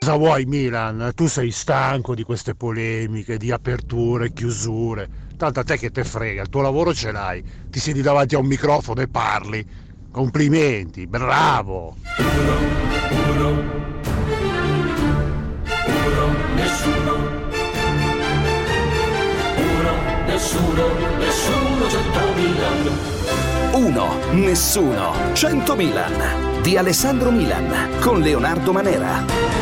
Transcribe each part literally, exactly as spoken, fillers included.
Cosa vuoi, Milan? Tu sei stanco di queste polemiche, di aperture, chiusure. Tanto a te che te frega, il tuo lavoro ce l'hai. Ti siedi davanti a un microfono e parli. Complimenti, bravo! Uno, uno, uno, nessuno. Uno, nessuno, nessuno, cento Milan. Uno, nessuno, cento Milan. Di Alessandro Milan, con Leonardo Manera.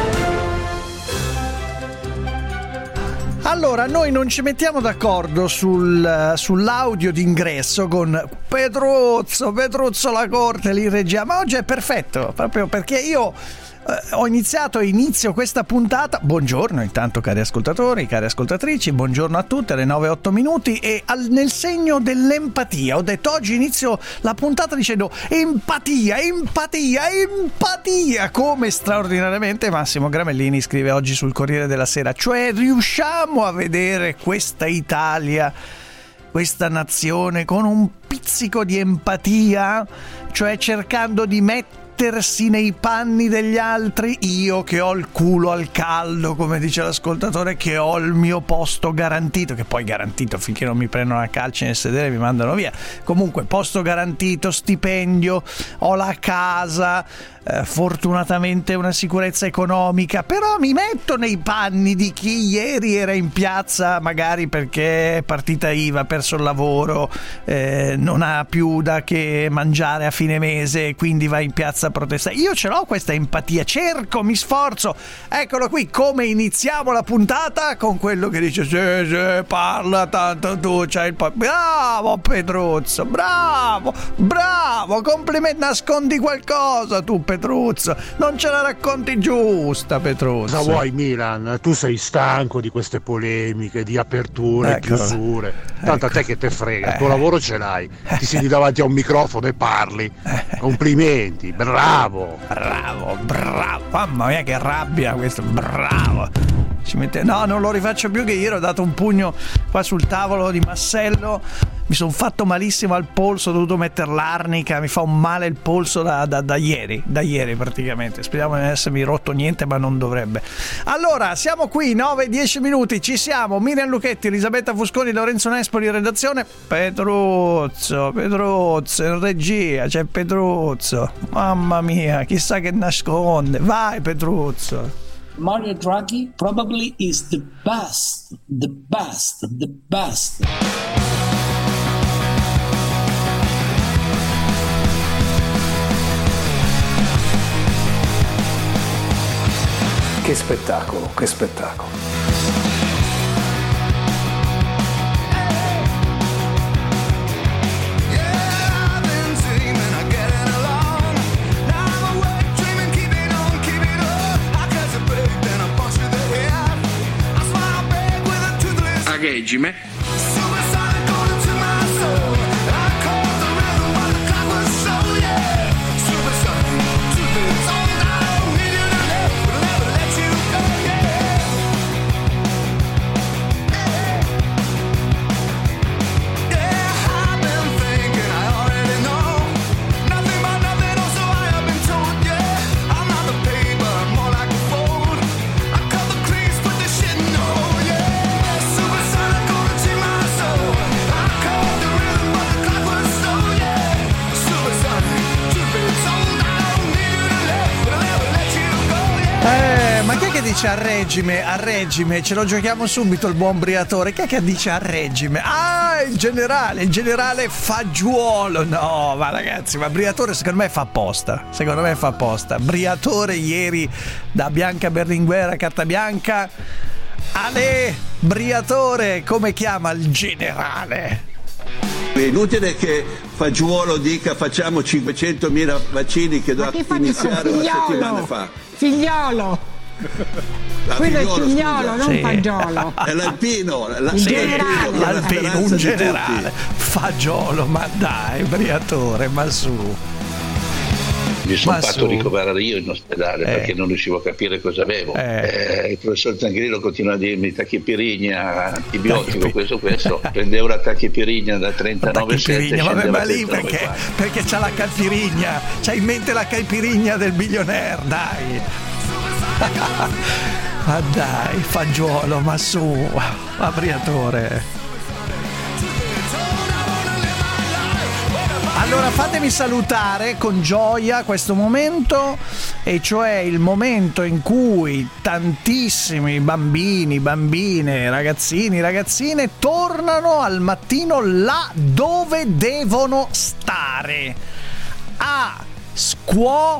Allora, noi non ci mettiamo d'accordo sul, sull'audio d'ingresso con Petruzzo, Petruzzo la corte, lì in regia, ma oggi è perfetto, proprio perché io eh, ho iniziato e inizio questa puntata. Buongiorno intanto cari ascoltatori, cari ascoltatrici, buongiorno a tutte, alle nove e otto minuti, e al, nel segno dell'empatia ho detto oggi inizio la puntata dicendo empatia, empatia, empatia, come straordinariamente Massimo Gramellini scrive oggi sul Corriere della Sera, cioè riusciamo a vedere questa Italia, questa nazione con un pizzico di empatia, cioè cercando di mettere mettersi nei panni degli altri, io che ho il culo al caldo, come dice l'ascoltatore, che ho il mio posto garantito, che poi garantito finché non mi prendono a calci nel sedere e mi mandano via, comunque posto garantito, stipendio, ho la casa, eh, fortunatamente una sicurezza economica, però mi metto nei panni di chi ieri era in piazza magari perché è partita I V A, ha perso il lavoro, eh, non ha più da che mangiare a fine mese, quindi va in piazza a protestare. Io ce l'ho questa empatia, cerco, mi sforzo. Eccolo qui, come iniziamo la puntata con quello che dice sì sì, parla tanto tu, c'hai il po'. Bravo Petruzzo, bravo, bravo, complimenti, nascondi qualcosa tu Petruzzo, non ce la racconti giusta Petruzzo. Cosa vuoi, Milan? Tu sei stanco di queste polemiche, di aperture, ecco, chiusure. Tanto ecco. a te che te frega, il Eh. tuo lavoro ce l'hai. Ti siedi davanti a un microfono e parli. Complimenti, bravo! Bravo, bravo, mamma mia che rabbia questo, bravo. Ci mette... No, non lo rifaccio più, che ieri ho dato un pugno qua sul tavolo di Massello, mi sono fatto malissimo al polso, ho dovuto mettere l'arnica, mi fa un male il polso da, da, da ieri, da ieri praticamente, speriamo di non essermi rotto niente, ma non dovrebbe. Allora, siamo qui, nove dieci minuti, ci siamo, Miriam Lucchetti, Elisabetta Fusconi, Lorenzo Nespoli in redazione, Petruzzo, Petruzzo in regia, c'è Petruzzo, mamma mia, chissà che nasconde, vai Petruzzo. Mario Draghi probably is the best, the best, the best. Che spettacolo, che spettacolo. Regime. Dice a regime, a regime, ce lo giochiamo subito il buon Briatore. Che è che dice a regime? Ah, il generale, il generale Fagiuolo. No, ma ragazzi, ma Briatore secondo me fa apposta. Secondo me fa apposta. Briatore ieri da Bianca Berlinguer, carta bianca. Ale, Briatore, come chiama il generale? È inutile che Fagiuolo dica facciamo cinquecentomila vaccini che doveva iniziare una settimana fa. Figliolo! La quello figliolo, è Figliolo, scusa. non Sì. Fagiolo. È l'alpino, la, Il sì, generale. l'alpino, L'alpino, un generale. Fagiolo, ma dai, Briatore, ma su. Mi sono Ma fatto su. ricoverare io in ospedale Eh. perché non riuscivo a capire cosa avevo. Eh. Eh, il professor Zangrillo continua a dirmi tachipirina, antibiotico, Tachipi- questo, questo. Prendevo la tachipirina da trentanove virgola sette, Caipirigna, vabbè, ma lì scendeva a perché, trentanove virgola perché c'ha la caipirigna, c'ha in mente la caipirigna del bilionaire, dai. Ma dai, fagiolo, ma su, Abriatore. Allora fatemi salutare con gioia questo momento, e cioè il momento in cui tantissimi bambini, bambine, ragazzini, ragazzine tornano al mattino là dove devono stare, a scuola,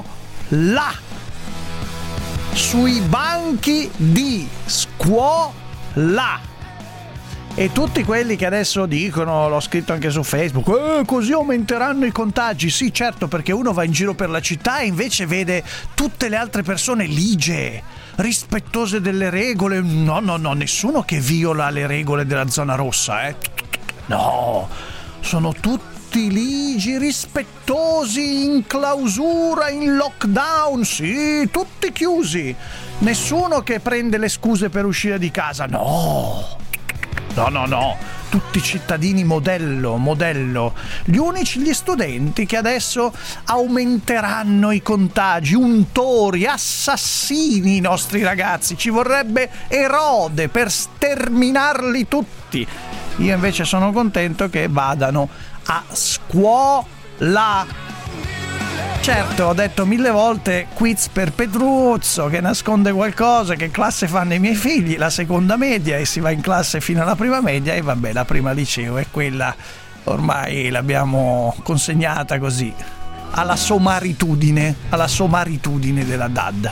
sui banchi di scuola. E tutti quelli che adesso dicono, l'ho scritto anche su Facebook, eh, così aumenteranno i contagi. Sì, certo, perché uno va in giro per la città e invece vede tutte le altre persone ligie, rispettose delle regole. No, no, no, nessuno che viola le regole della zona rossa, eh. No, sono tutti ligi, rispettosi, in clausura, in lockdown, sì, tutti chiusi. Nessuno che prende le scuse per uscire di casa, no. No, no, no, tutti cittadini modello, modello. Gli unici, gli studenti che adesso aumenteranno i contagi, untori, assassini i nostri ragazzi. Ci vorrebbe Erode per sterminarli tutti. Io invece sono contento che vadano a scuola. Certo, ho detto mille volte quiz per Petruzzo, che nasconde qualcosa. Che classe fanno i miei figli? La seconda media, e si va in classe fino alla prima media, e vabbè, la prima liceo è quella, ormai l'abbiamo consegnata così, alla sommaritudine, alla sommaritudine della D A D.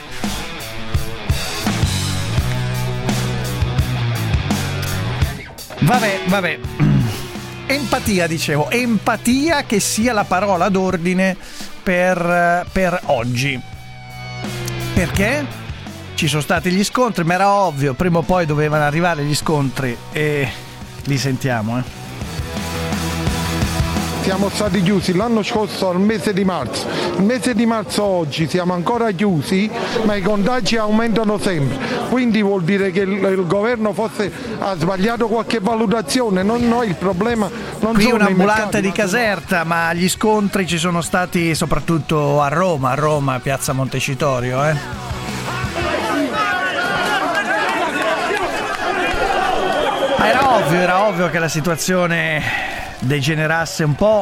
Vabbè, vabbè. Empatia, dicevo, empatia che sia la parola d'ordine per, per oggi. Perché? Ci sono stati gli scontri, ma era ovvio, prima o poi dovevano arrivare gli scontri, e li sentiamo, eh. Siamo stati chiusi l'anno scorso al mese di marzo, il mese di marzo oggi siamo ancora chiusi, ma i contagi aumentano sempre, quindi vuol dire che il, il governo forse ha sbagliato qualche valutazione. Non noi, il problema non qui sono un'ambulante i mercati, di Caserta, ma gli scontri ci sono stati soprattutto a Roma, a Roma, piazza Montecitorio, eh. Ma era ovvio, era ovvio che la situazione degenerasse un po',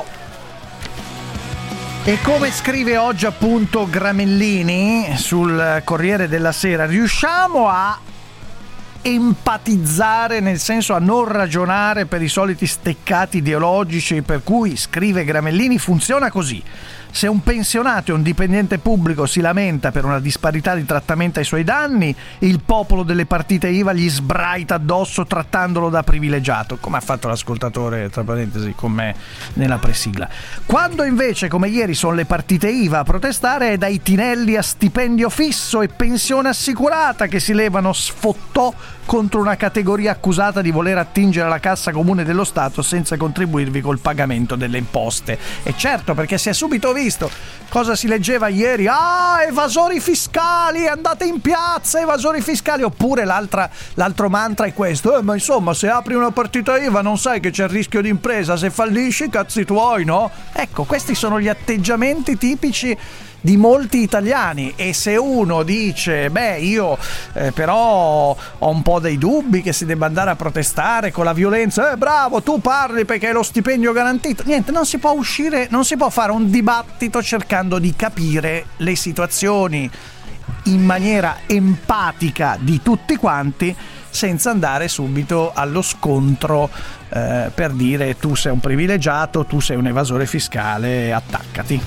e come scrive oggi appunto Gramellini sul Corriere della Sera, riusciamo a empatizzare, nel senso a non ragionare per i soliti steccati ideologici, per cui, scrive Gramellini, funziona così: se un pensionato e un dipendente pubblico si lamenta per una disparità di trattamento ai suoi danni, il popolo delle partite I V A gli sbraita addosso trattandolo da privilegiato, come ha fatto l'ascoltatore, tra parentesi, con me nella presigla. Quando invece, come ieri, sono le partite I V A a protestare, è dai tinelli a stipendio fisso e pensione assicurata che si levano sfottò contro una categoria accusata di voler attingere alla cassa comune dello Stato senza contribuirvi col pagamento delle imposte. E certo, perché si è subito visto cosa si leggeva ieri: ah, evasori fiscali, andate in piazza, evasori fiscali. Oppure l'altra, l'altro mantra è questo: eh, ma insomma, se apri una partita I V A non sai che c'è il rischio di impresa, se fallisci cazzi tuoi, no? Ecco, questi sono gli atteggiamenti tipici di molti italiani. E se uno dice beh io eh, però ho un po' dei dubbi che si debba andare a protestare con la violenza, eh bravo, tu parli perché è lo stipendio garantito, niente, non si può uscire, non si può fare un dibattito cercando di capire le situazioni in maniera empatica di tutti quanti, senza andare subito allo scontro eh, per dire tu sei un privilegiato, tu sei un evasore fiscale, attaccati.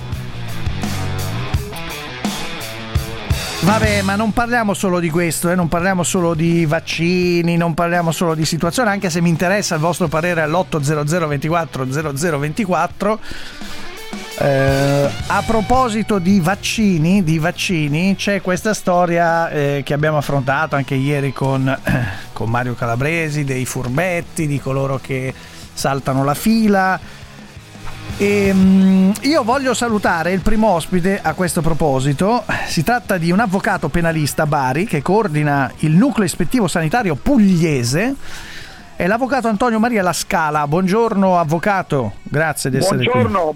Vabbè, ma non parliamo solo di questo, eh? Non parliamo solo di vaccini, non parliamo solo di situazione, anche se mi interessa il vostro parere all'otto zero zero ventiquattro zero zero ventiquattro. Eh, a proposito di vaccini, di vaccini, c'è questa storia eh, che abbiamo affrontato anche ieri con, eh, con Mario Calabresi, dei furbetti, di coloro che saltano la fila. E, um, io voglio salutare il primo ospite a questo proposito. Si tratta di un avvocato penalista a Bari che coordina il nucleo ispettivo sanitario pugliese. È l'avvocato Antonio Maria La Scala. Buongiorno avvocato, grazie di essere Buongiorno. qui.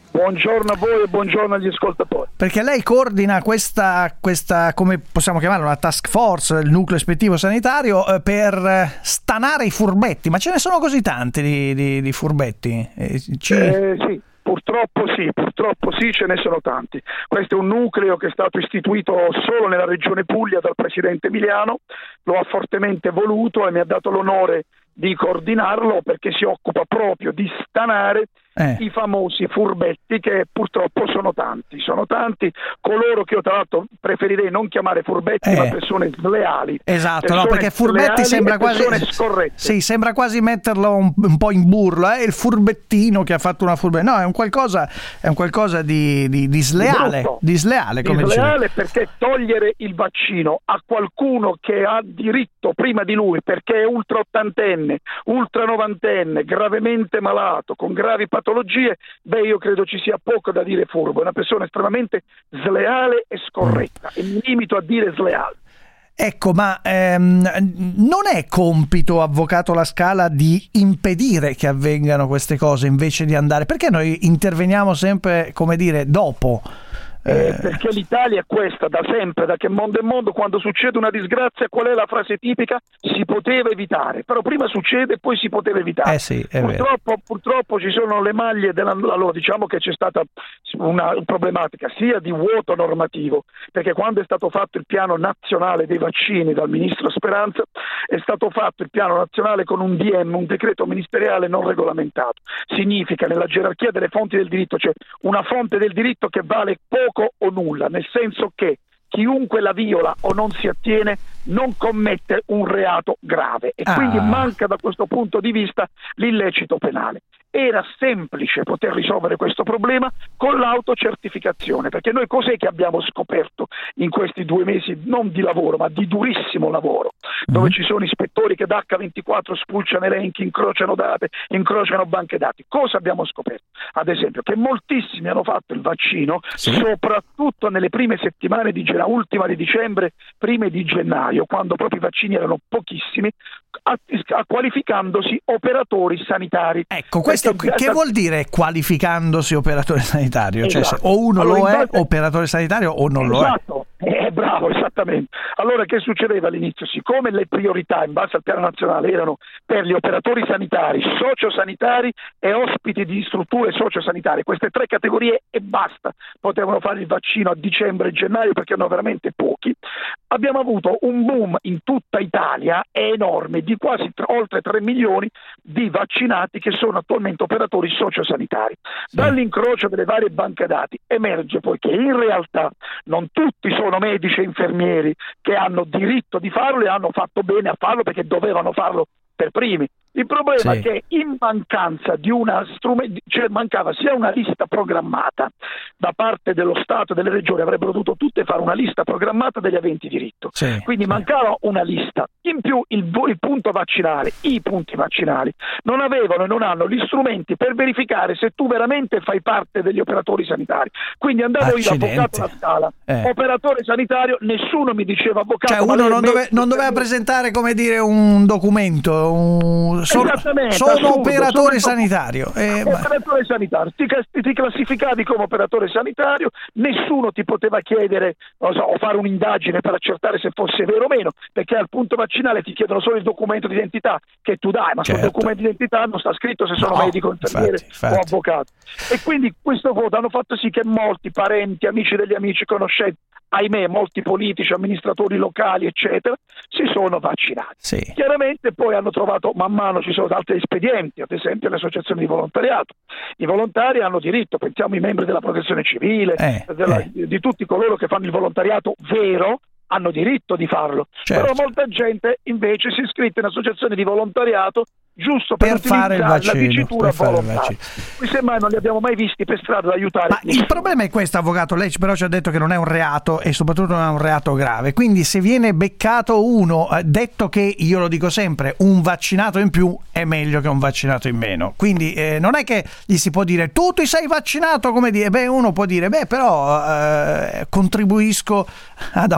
Buongiorno a voi e buongiorno agli ascoltatori. Perché lei coordina questa, questa come possiamo chiamarla, una task force, il nucleo ispettivo sanitario, eh, per stanare i furbetti. Ma ce ne sono così tanti di, di, di furbetti? Eh, ci... eh, sì. Purtroppo sì, purtroppo sì, ce ne sono tanti. Questo è un nucleo che è stato istituito solo nella regione Puglia dal presidente Emiliano, lo ha fortemente voluto e mi ha dato l'onore di coordinarlo perché si occupa proprio di stanare eh. i famosi furbetti, che purtroppo sono tanti, sono tanti, coloro che io tra l'altro preferirei non chiamare furbetti eh. ma persone sleali. Esatto, persone no, perché furbetti sembra quasi scorrette. Sì, sembra quasi metterlo un, un po' in burla, eh? Il furbettino che ha fatto una furbetta. No, è un qualcosa è un qualcosa di, di, di sleale, Brutto. di sleale, come di sleale dicevo. Perché togliere il vaccino a qualcuno che ha diritto prima di lui, perché è ultra ottantenne, ultra novantenne, gravemente malato, con gravi patologie, beh, io credo ci sia poco da dire furbo, è una persona estremamente sleale e scorretta, mm. e mi limito a dire sleale. Ecco, ma ehm, non è compito, avvocato La Scala, di impedire che avvengano queste cose invece di andare, perché noi interveniamo sempre, come dire, dopo? Eh, perché l'Italia è questa da sempre, da che mondo è mondo. Quando succede una disgrazia, qual è la frase tipica? Si poteva evitare, però prima succede e poi si poteva evitare. Eh sì, è purtroppo, vero. purtroppo ci sono le maglie della, allora diciamo che c'è stata una problematica sia di vuoto normativo, perché quando è stato fatto il piano nazionale dei vaccini dal ministro Speranza, è stato fatto il piano nazionale con un D M, un decreto ministeriale non regolamentato. Significa, nella gerarchia delle fonti del diritto c'è una fonte del diritto che vale poco o nulla, nel senso che chiunque la viola o non si attiene non commette un reato grave e ah. quindi manca da questo punto di vista l'illecito penale. Era semplice poter risolvere questo problema con l'autocertificazione, perché noi cos'è che abbiamo scoperto in questi due mesi, non di lavoro ma di durissimo lavoro, dove mm. ci sono ispettori che da acca ventiquattro spulciano elenchi, incrociano date, incrociano banche dati. Cosa abbiamo scoperto? Ad esempio che moltissimi hanno fatto il vaccino, sì. soprattutto nelle prime settimane di gennaio, ultima di dicembre, prime di gennaio, quando proprio i vaccini erano pochissimi, a, a qualificandosi operatori sanitari. Ecco, questo che, che vuol dire qualificandosi operatore sanitario? Esatto. Cioè, se o uno allora, lo è base... operatore sanitario o non esatto. lo è. Eh, bravo, esattamente. Allora che succedeva all'inizio? Siccome le priorità in base al piano nazionale erano per gli operatori sanitari, sociosanitari e ospiti di strutture sociosanitarie, queste tre categorie e basta, potevano fare il vaccino a dicembre e gennaio perché erano veramente pochi, abbiamo avuto un boom in tutta Italia enorme di quasi tre, oltre tre milioni di vaccinati che sono attualmente operatori sociosanitari. Sì. Dall'incrocio delle varie banche dati emerge poi che in realtà non tutti sono medici e infermieri che hanno diritto di farlo e hanno fatto bene a farlo perché dovevano farlo per primi. Il problema sì. è che in mancanza di una strumento, cioè mancava sia una lista programmata da parte dello Stato e delle regioni, avrebbero dovuto tutte fare una lista programmata degli aventi diritto. Sì. Quindi sì. mancava una lista. In più il, il punto vaccinale, i punti vaccinali non avevano e non hanno gli strumenti per verificare se tu veramente fai parte degli operatori sanitari. Quindi andavo Accidente. io avvocato alla Scala, eh. operatore sanitario, nessuno mi diceva avvocato. Cioè uno non, dove, non doveva presentare, come dire, un documento, un Sono, sono assurdo, operatore sono sanitario. Eh, operatore sanitario, ti, ti classificavi come operatore sanitario, nessuno ti poteva chiedere, non so, o fare un'indagine per accertare se fosse vero o meno, perché al punto vaccinale ti chiedono solo il documento di identità che tu dai, ma certo. sul documento di identità non sta scritto se sono no, medico, infermiere infatti, infatti. o avvocato. E quindi questo voto hanno fatto sì che molti parenti, amici degli amici, conoscenti, ahimè molti politici, amministratori locali eccetera, si sono vaccinati. Sì. Chiaramente poi hanno trovato, man mano ci sono altri espedienti, ad esempio le associazioni di volontariato. I volontari hanno diritto, pensiamo ai membri della protezione civile, eh, della, eh. di tutti coloro che fanno il volontariato vero, hanno diritto di farlo. Certo. Però molta gente invece si è iscritta in associazioni di volontariato giusto per, per fare il vaccino, la dicitura volontaria. Qui semmai non li abbiamo mai visti per strada ad aiutare. Ma nessuno. Il problema è questo, avvocato, lei però ci ha detto che non è un reato e soprattutto non è un reato grave, quindi se viene beccato uno, detto che, io lo dico sempre, un vaccinato in più è meglio che un vaccinato in meno, quindi eh, non è che gli si può dire tu ti sei vaccinato, come dire, beh uno può dire beh però eh, contribuisco ad aumentare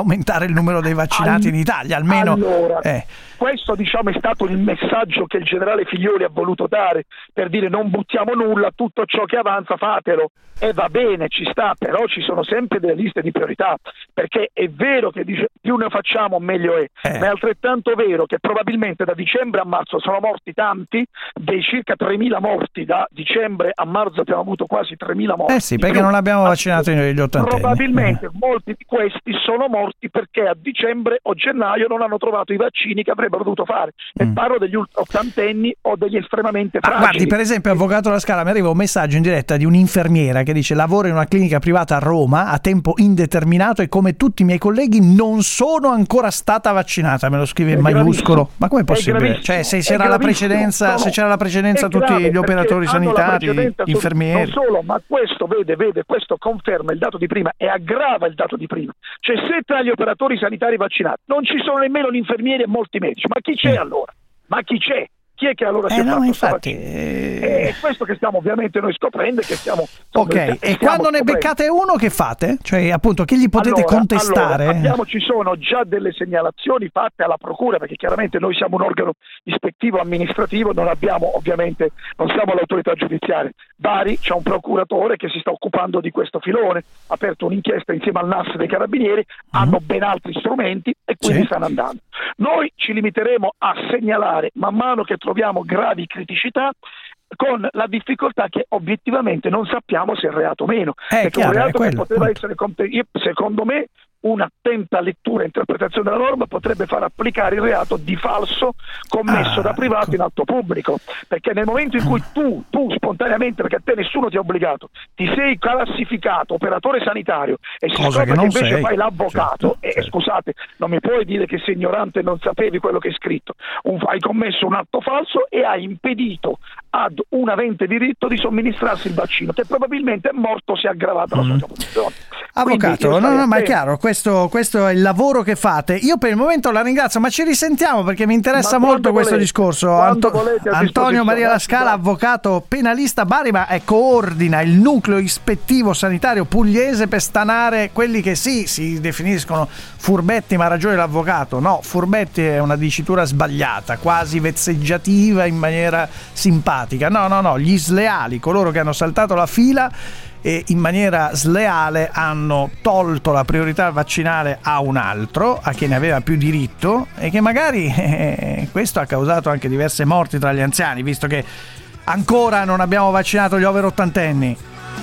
aumentare il numero dei vaccinati All- in Italia, almeno allora, eh. questo diciamo è stato il messaggio che il generale Figlioli ha voluto dare, per dire non buttiamo nulla, tutto ciò che avanza fatelo, e va bene, ci sta, però ci sono sempre delle liste di priorità, perché è vero che dice, più ne facciamo meglio è, eh. ma è altrettanto vero che probabilmente da dicembre a marzo sono morti tanti, dei circa tremila morti da dicembre a marzo abbiamo avuto quasi tremila morti. Eh sì, perché non abbiamo vaccinato gli ottantenni. Probabilmente eh. molti di questi sono morti perché a dicembre o gennaio non hanno trovato i vaccini che avrebbero dovuto fare, e mm. parlo degli ottantenni o degli estremamente fragili. Ah, guardi, per esempio, Avvocato La Scala, mi arriva un messaggio in diretta di un'infermiera che dice: lavoro in una clinica privata a Roma a tempo indeterminato e come tutti i miei colleghi non sono ancora stata vaccinata. Me lo scrive in maiuscolo. Ma com'è possibile? Cioè, se c'era la precedenza, no, se c'era la precedenza tutti gli operatori sanitari, infermieri. Non solo, ma questo vede, vede, questo conferma il dato di prima e aggrava il dato di prima. Cioè, se tra gli operatori sanitari vaccinati non ci sono nemmeno gli infermieri e molti medici, ma chi c'è mm. allora? Ma chi c'è? Chi è che allora si eh è no, fatto infatti, eh... è questo che stiamo ovviamente noi scoprendo e che stiamo ok, e stiamo quando ne beccate uno che fate? Cioè, appunto, che gli potete allora, contestare? Allora, abbiamo, ci sono già delle segnalazioni fatte alla procura, perché chiaramente noi siamo un organo ispettivo amministrativo, non abbiamo ovviamente, non siamo l'autorità giudiziaria. Bari c'è un procuratore che si sta occupando di questo filone, ha aperto un'inchiesta insieme al N A S dei Carabinieri, mm. hanno ben altri strumenti e quindi sì. stanno andando. Noi ci limiteremo a segnalare man mano che troviamo gravi criticità, con la difficoltà che obiettivamente non sappiamo se è reato o meno, eh, perché chiaro, un reato quello, che poteva appunto. essere comp- io, secondo me un'attenta lettura e interpretazione della norma potrebbe far applicare il reato di falso commesso ah, da privato ecco. in atto pubblico, perché nel momento in cui tu, tu spontaneamente, perché a te nessuno ti ha obbligato, ti sei classificato operatore sanitario e si Cosa scopre che, che non invece sei. fai l'avvocato, certo, e certo. scusate, non mi puoi dire che sei ignorante e non sapevi quello che è scritto. Un, hai commesso un atto falso e hai impedito ad un avente diritto di somministrarsi il vaccino, che probabilmente è morto, si è aggravata la sua mm. posizione. Avvocato, no, no, ma è chiaro, questo, questo è il lavoro che fate. Io per il momento la ringrazio, ma ci risentiamo perché mi interessa ma molto questo volete, discorso. Anto- Antonio Maria La Scala, avvocato penalista Bari, ma è, coordina il nucleo ispettivo sanitario pugliese per stanare quelli che sì, si definiscono furbetti, ma ha ragione l'avvocato. No, furbetti è una dicitura sbagliata, quasi vezzeggiativa in maniera simpatica. No, no, no, gli sleali, coloro che hanno saltato la fila e in maniera sleale hanno tolto la priorità vaccinale a un altro, a chi ne aveva più diritto, e che magari eh, questo ha causato anche diverse morti tra gli anziani, visto che ancora non abbiamo vaccinato gli over ottantenni,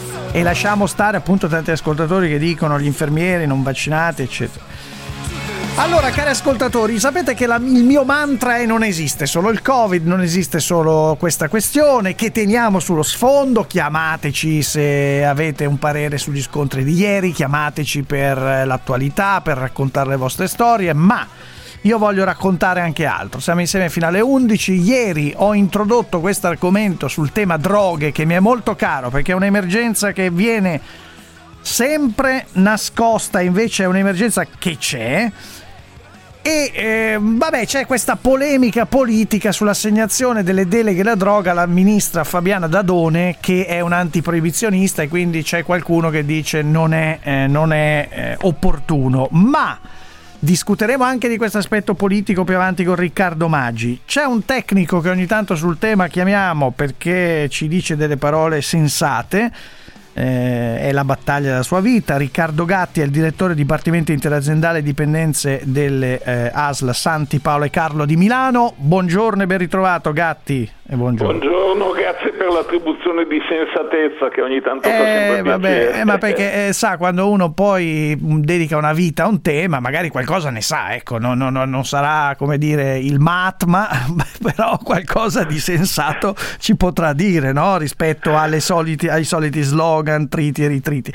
e lasciamo stare appunto tanti ascoltatori che dicono gli infermieri non vaccinati eccetera. Allora, cari ascoltatori, sapete che la, il mio mantra è: non esiste solo il Covid, non esiste solo questa questione, che teniamo sullo sfondo. Chiamateci se avete un parere sugli scontri di ieri, chiamateci per l'attualità, per raccontare le vostre storie, ma io voglio raccontare anche altro. Siamo insieme fino alle undici. Ieri ho introdotto questo argomento sul tema droghe, che mi è molto caro, perché è un'emergenza che viene sempre nascosta, invece è un'emergenza che c'è. E eh, vabbè, c'è questa polemica politica sull'assegnazione delle deleghe alla droga alla ministra Fabiana Dadone, che è un antiproibizionista, e quindi c'è qualcuno che dice non è, eh, non è eh, opportuno. Ma discuteremo anche di questo aspetto politico più avanti con Riccardo Maggi. C'è un tecnico che ogni tanto sul tema chiamiamo perché ci dice delle parole sensate. Eh, è la battaglia della sua vita. Riccardo Gatti è il direttore Dipartimento Interaziendale Dipendenze delle eh, A S L Santi Paolo e Carlo di Milano. Buongiorno e ben ritrovato Gatti. E buongiorno. Buongiorno, grazie per l'attribuzione di sensatezza che ogni tanto eh, fa sempre vabbè, piacere. Eh, ma perché eh, sa, quando uno poi dedica una vita a un tema, magari qualcosa ne sa, ecco, no, no, no, non sarà come dire il Mahatma, però qualcosa di sensato ci potrà dire, no? Rispetto alle soliti, ai soliti slogan, triti e ritriti.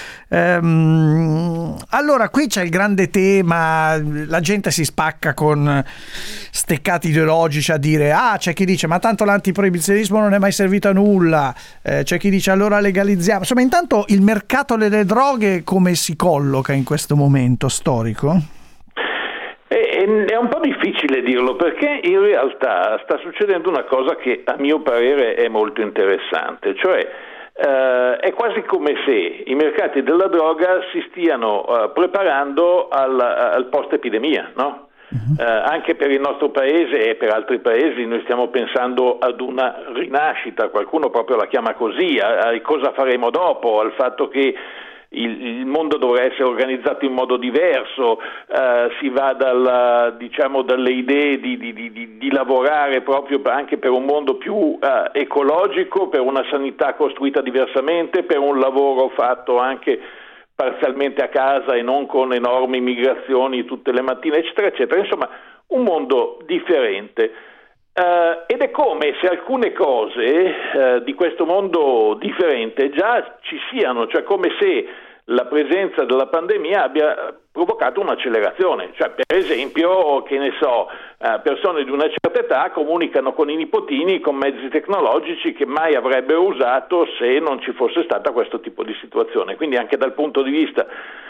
Ehm, allora, qui c'è il grande tema, la gente si spacca con steccati ideologici a dire: ah, c'è chi dice ma tanto l'antiproibizionismo non è mai servito a nulla, eh, c'è chi dice allora legalizziamo. Insomma, intanto il mercato delle droghe come si colloca in questo momento storico? È un po' difficile dirlo, perché in realtà sta succedendo una cosa che a mio parere è molto interessante, cioè eh, è quasi come se i mercati della droga si stiano eh, preparando al, al post-epidemia, no? Uh-huh. Eh, anche per il nostro paese e per altri paesi noi stiamo pensando ad una rinascita, qualcuno proprio la chiama così, a, a cosa faremo dopo, al fatto che il, il mondo dovrà essere organizzato in modo diverso, eh, si va dal, diciamo, dalle idee di, di, di, di lavorare proprio anche per un mondo più eh, ecologico, per una sanità costruita diversamente, per un lavoro fatto anche parzialmente a casa e non con enormi migrazioni tutte le mattine, eccetera, eccetera. Insomma, un mondo differente. Uh, ed è come se alcune cose uh, di questo mondo differente già ci siano, cioè come se la presenza della pandemia abbia provocato un'accelerazione. Cioè, per esempio, che ne so, uh, persone di una certa età comunicano con i nipotini con mezzi tecnologici che mai avrebbero usato se non ci fosse stata questo tipo di situazione. Quindi anche dal punto di vista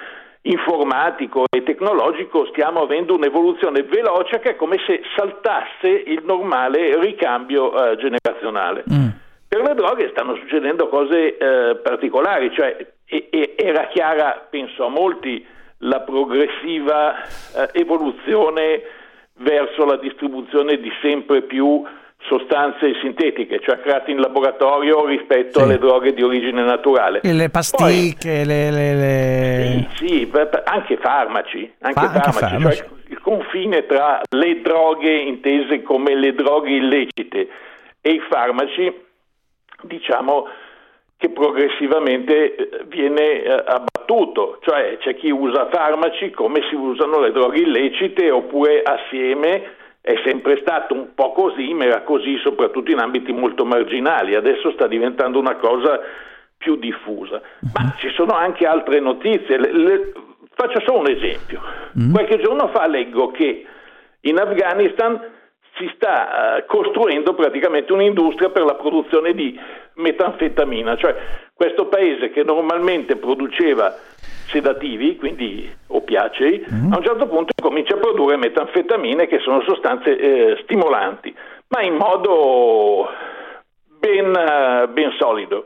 informatico e tecnologico stiamo avendo un'evoluzione veloce che è come se saltasse il normale ricambio uh, generazionale. Mm. Per le droghe stanno succedendo cose uh, particolari, cioè e, e, era chiara, penso a molti, la progressiva uh, evoluzione verso la distribuzione di sempre più sostanze sintetiche, cioè create in laboratorio rispetto sì. alle droghe di origine naturale. E le pasticche, Poi, le, le, le... Sì, sì, anche farmaci, anche Fa, farmaci, anche farmaci. Cioè il confine tra le droghe intese come le droghe illecite e i farmaci, diciamo che progressivamente viene eh, abbattuto, cioè c'è chi usa farmaci come si usano le droghe illecite oppure assieme. È sempre stato un po' così, ma era così soprattutto in ambiti molto marginali. Adesso sta diventando una cosa più diffusa. Ma ci sono anche altre notizie. Le, le, faccio solo un esempio. Mm. Qualche giorno fa leggo che in Afghanistan si sta uh, costruendo praticamente un'industria per la produzione di metanfetamina. Cioè questo paese che normalmente produceva sedativi, quindi oppiacei, mm. a un certo punto comincia a produrre metanfetamine, che sono sostanze eh, stimolanti, ma in modo ben, uh, ben solido.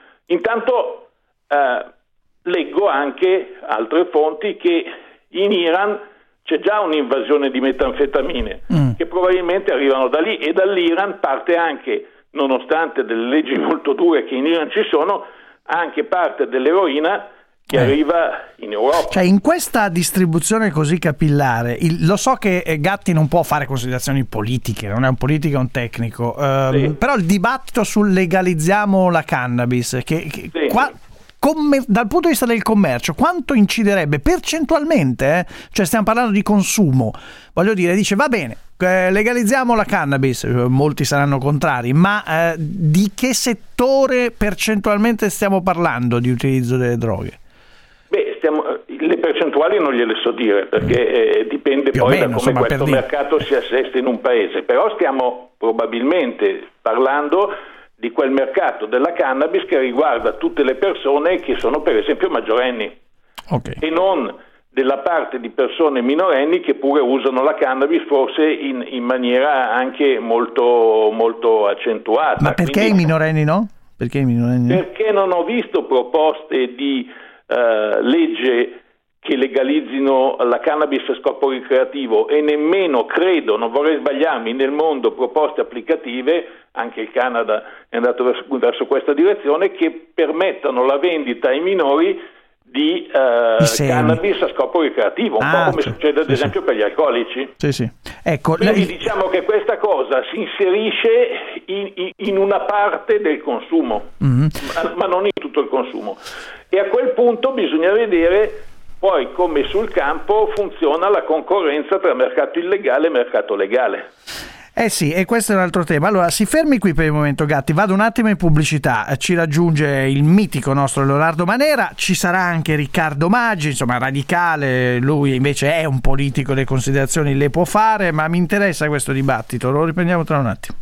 Intanto uh, leggo anche altre fonti che in Iran c'è già un'invasione di metanfetamine mm. che probabilmente arrivano da lì, e dall'Iran parte anche, nonostante delle leggi molto dure che in Iran ci sono, anche parte dell'eroina che eh. arriva in Europa. Cioè, in questa distribuzione così capillare, il, lo so che Gatti non può fare considerazioni politiche, non è un politico, è un tecnico, ehm, sì. però il dibattito sul legalizziamo la cannabis, che, che sì. qua, come, dal punto di vista del commercio, quanto inciderebbe percentualmente? Eh? Cioè, stiamo parlando di consumo, voglio dire, dice va bene, eh, legalizziamo la cannabis, molti saranno contrari, ma eh, di che settore percentualmente stiamo parlando di utilizzo delle droghe? Beh, stiamo, le percentuali non gliele so dire, perché eh, dipende Più poi meno, da come insomma, questo mercato si assesta in un paese, però stiamo probabilmente parlando di quel mercato della cannabis che riguarda tutte le persone che sono per esempio maggiorenni, okay. e non della parte di persone minorenni che pure usano la cannabis forse in, in maniera anche molto, molto accentuata. Ma perché Quindi, i minorenni no? Perché i minorenni no? Perché non ho visto proposte di Uh, legge che legalizzino la cannabis a scopo ricreativo, e nemmeno credo, non vorrei sbagliarmi, nel mondo proposte applicative, anche il Canada è andato verso, verso questa direzione, che permettano la vendita ai minori di uh, cannabis a scopo ricreativo, un ah, po' come cioè, succede ad sì, esempio sì. per gli alcolici. Sì, sì. Ecco, Quindi lei... diciamo che questa cosa si inserisce in, in, in una parte del consumo, mm-hmm. ma, ma non in tutto il consumo. E a quel punto bisogna vedere poi come sul campo funziona la concorrenza tra mercato illegale e mercato legale. Eh sì, e questo è un altro tema. Allora, si fermi qui per il momento, Gatti, vado un attimo in pubblicità. Ci raggiunge il mitico nostro Leonardo Manera, ci sarà anche Riccardo Maggi, insomma radicale, lui invece è un politico, le considerazioni le può fare, ma mi interessa questo dibattito, lo riprendiamo tra un attimo.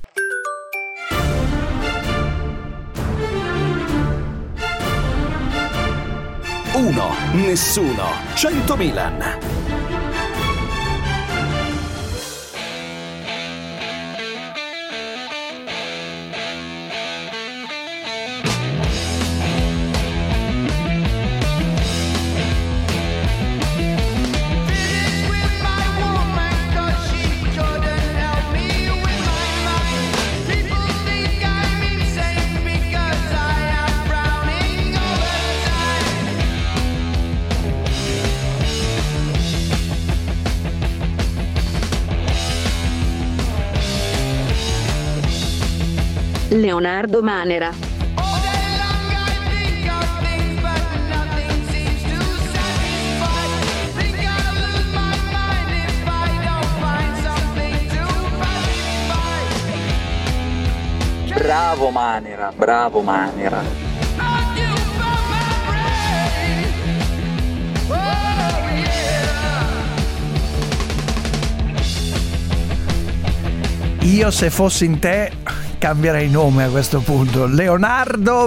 Uno, nessuno, cento Milan. Leonardo Manera. Bravo Manera, bravo Manera. Io se fossi in te cambierei nome a questo punto. Leonardo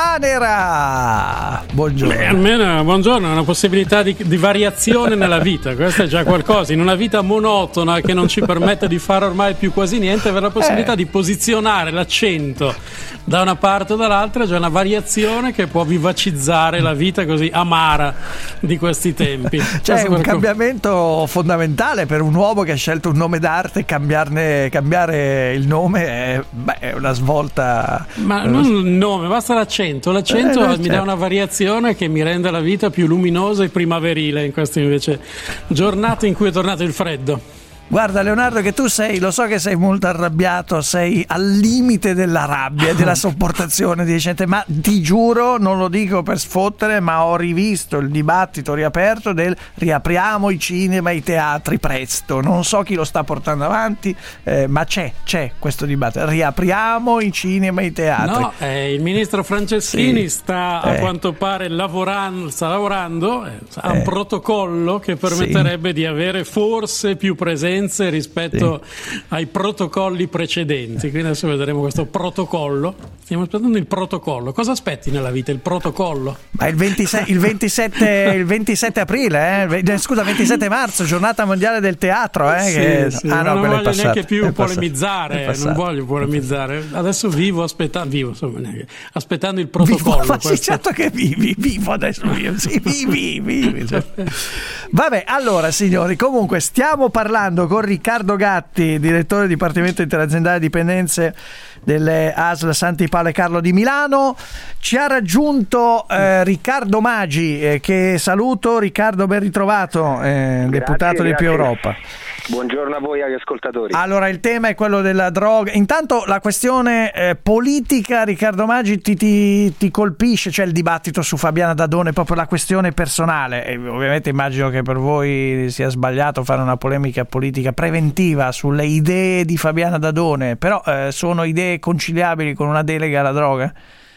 Manera. Buongiorno. Beh, almeno buongiorno, è una possibilità di, di variazione nella vita. Questo è già qualcosa. In una vita monotona che non ci permette di fare ormai più quasi niente, avere la possibilità eh. di posizionare l'accento da una parte o dall'altra è già una variazione che può vivacizzare la vita così amara di questi tempi. C'è un cambiamento fondamentale per un uomo che ha scelto un nome d'arte. Cambiarne, cambiare il nome è, beh, è una svolta. Ma non il nome, basta l'accento. L'accento eh, mi certo. dà una variazione che mi rende la vita più luminosa e primaverile in queste invece giornate in cui è tornato il freddo. Guarda Leonardo, che tu sei, lo so che sei molto arrabbiato, sei al limite della rabbia e della sopportazione di gente, ma ti giuro, non lo dico per sfottere, ma ho rivisto il dibattito riaperto del riapriamo i cinema e i teatri presto. Non so chi lo sta portando avanti, eh, ma c'è, c'è questo dibattito. Riapriamo i cinema e i teatri. No, eh, il ministro Franceschini sì. sta a eh. quanto pare lavorando, sta lavorando eh, a un eh. protocollo che permetterebbe sì. di avere forse più presenza rispetto sì. ai protocolli precedenti. Quindi adesso vedremo questo protocollo. Stiamo aspettando il protocollo. Cosa aspetti nella vita? Il protocollo? Ma il, ventisei, il, ventisette, il ventisette aprile, eh? Scusa, ventisette marzo, giornata mondiale del teatro. Eh? Sì, che... sì, ah, no, non voglio passato, neanche più polemizzare. Non voglio polemizzare. Adesso vivo aspettando, vivo, insomma, aspettando il protocollo. Vivo, ma sì, certo che vivi, vivo adesso. Vivo, sì, vivi, vivi. Cioè. Vabbè, allora signori, comunque stiamo parlando con Riccardo Gatti, direttore del Dipartimento Interaziendale Dipendenze delle A S L Santi Paolo e Carlo di Milano. Ci ha raggiunto eh, Riccardo Maggi, eh, che saluto. Riccardo, ben ritrovato, eh, grazie, deputato di Più Europa. Buongiorno a voi agli ascoltatori. Allora, il tema è quello della droga. Intanto la questione eh, politica, Riccardo Maggi, ti, ti, ti colpisce? Cioè il dibattito su Fabiana Dadone, proprio la questione personale. E ovviamente immagino che per voi sia sbagliato fare una polemica politica preventiva sulle idee di Fabiana Dadone, però eh, sono idee conciliabili con una delega alla droga?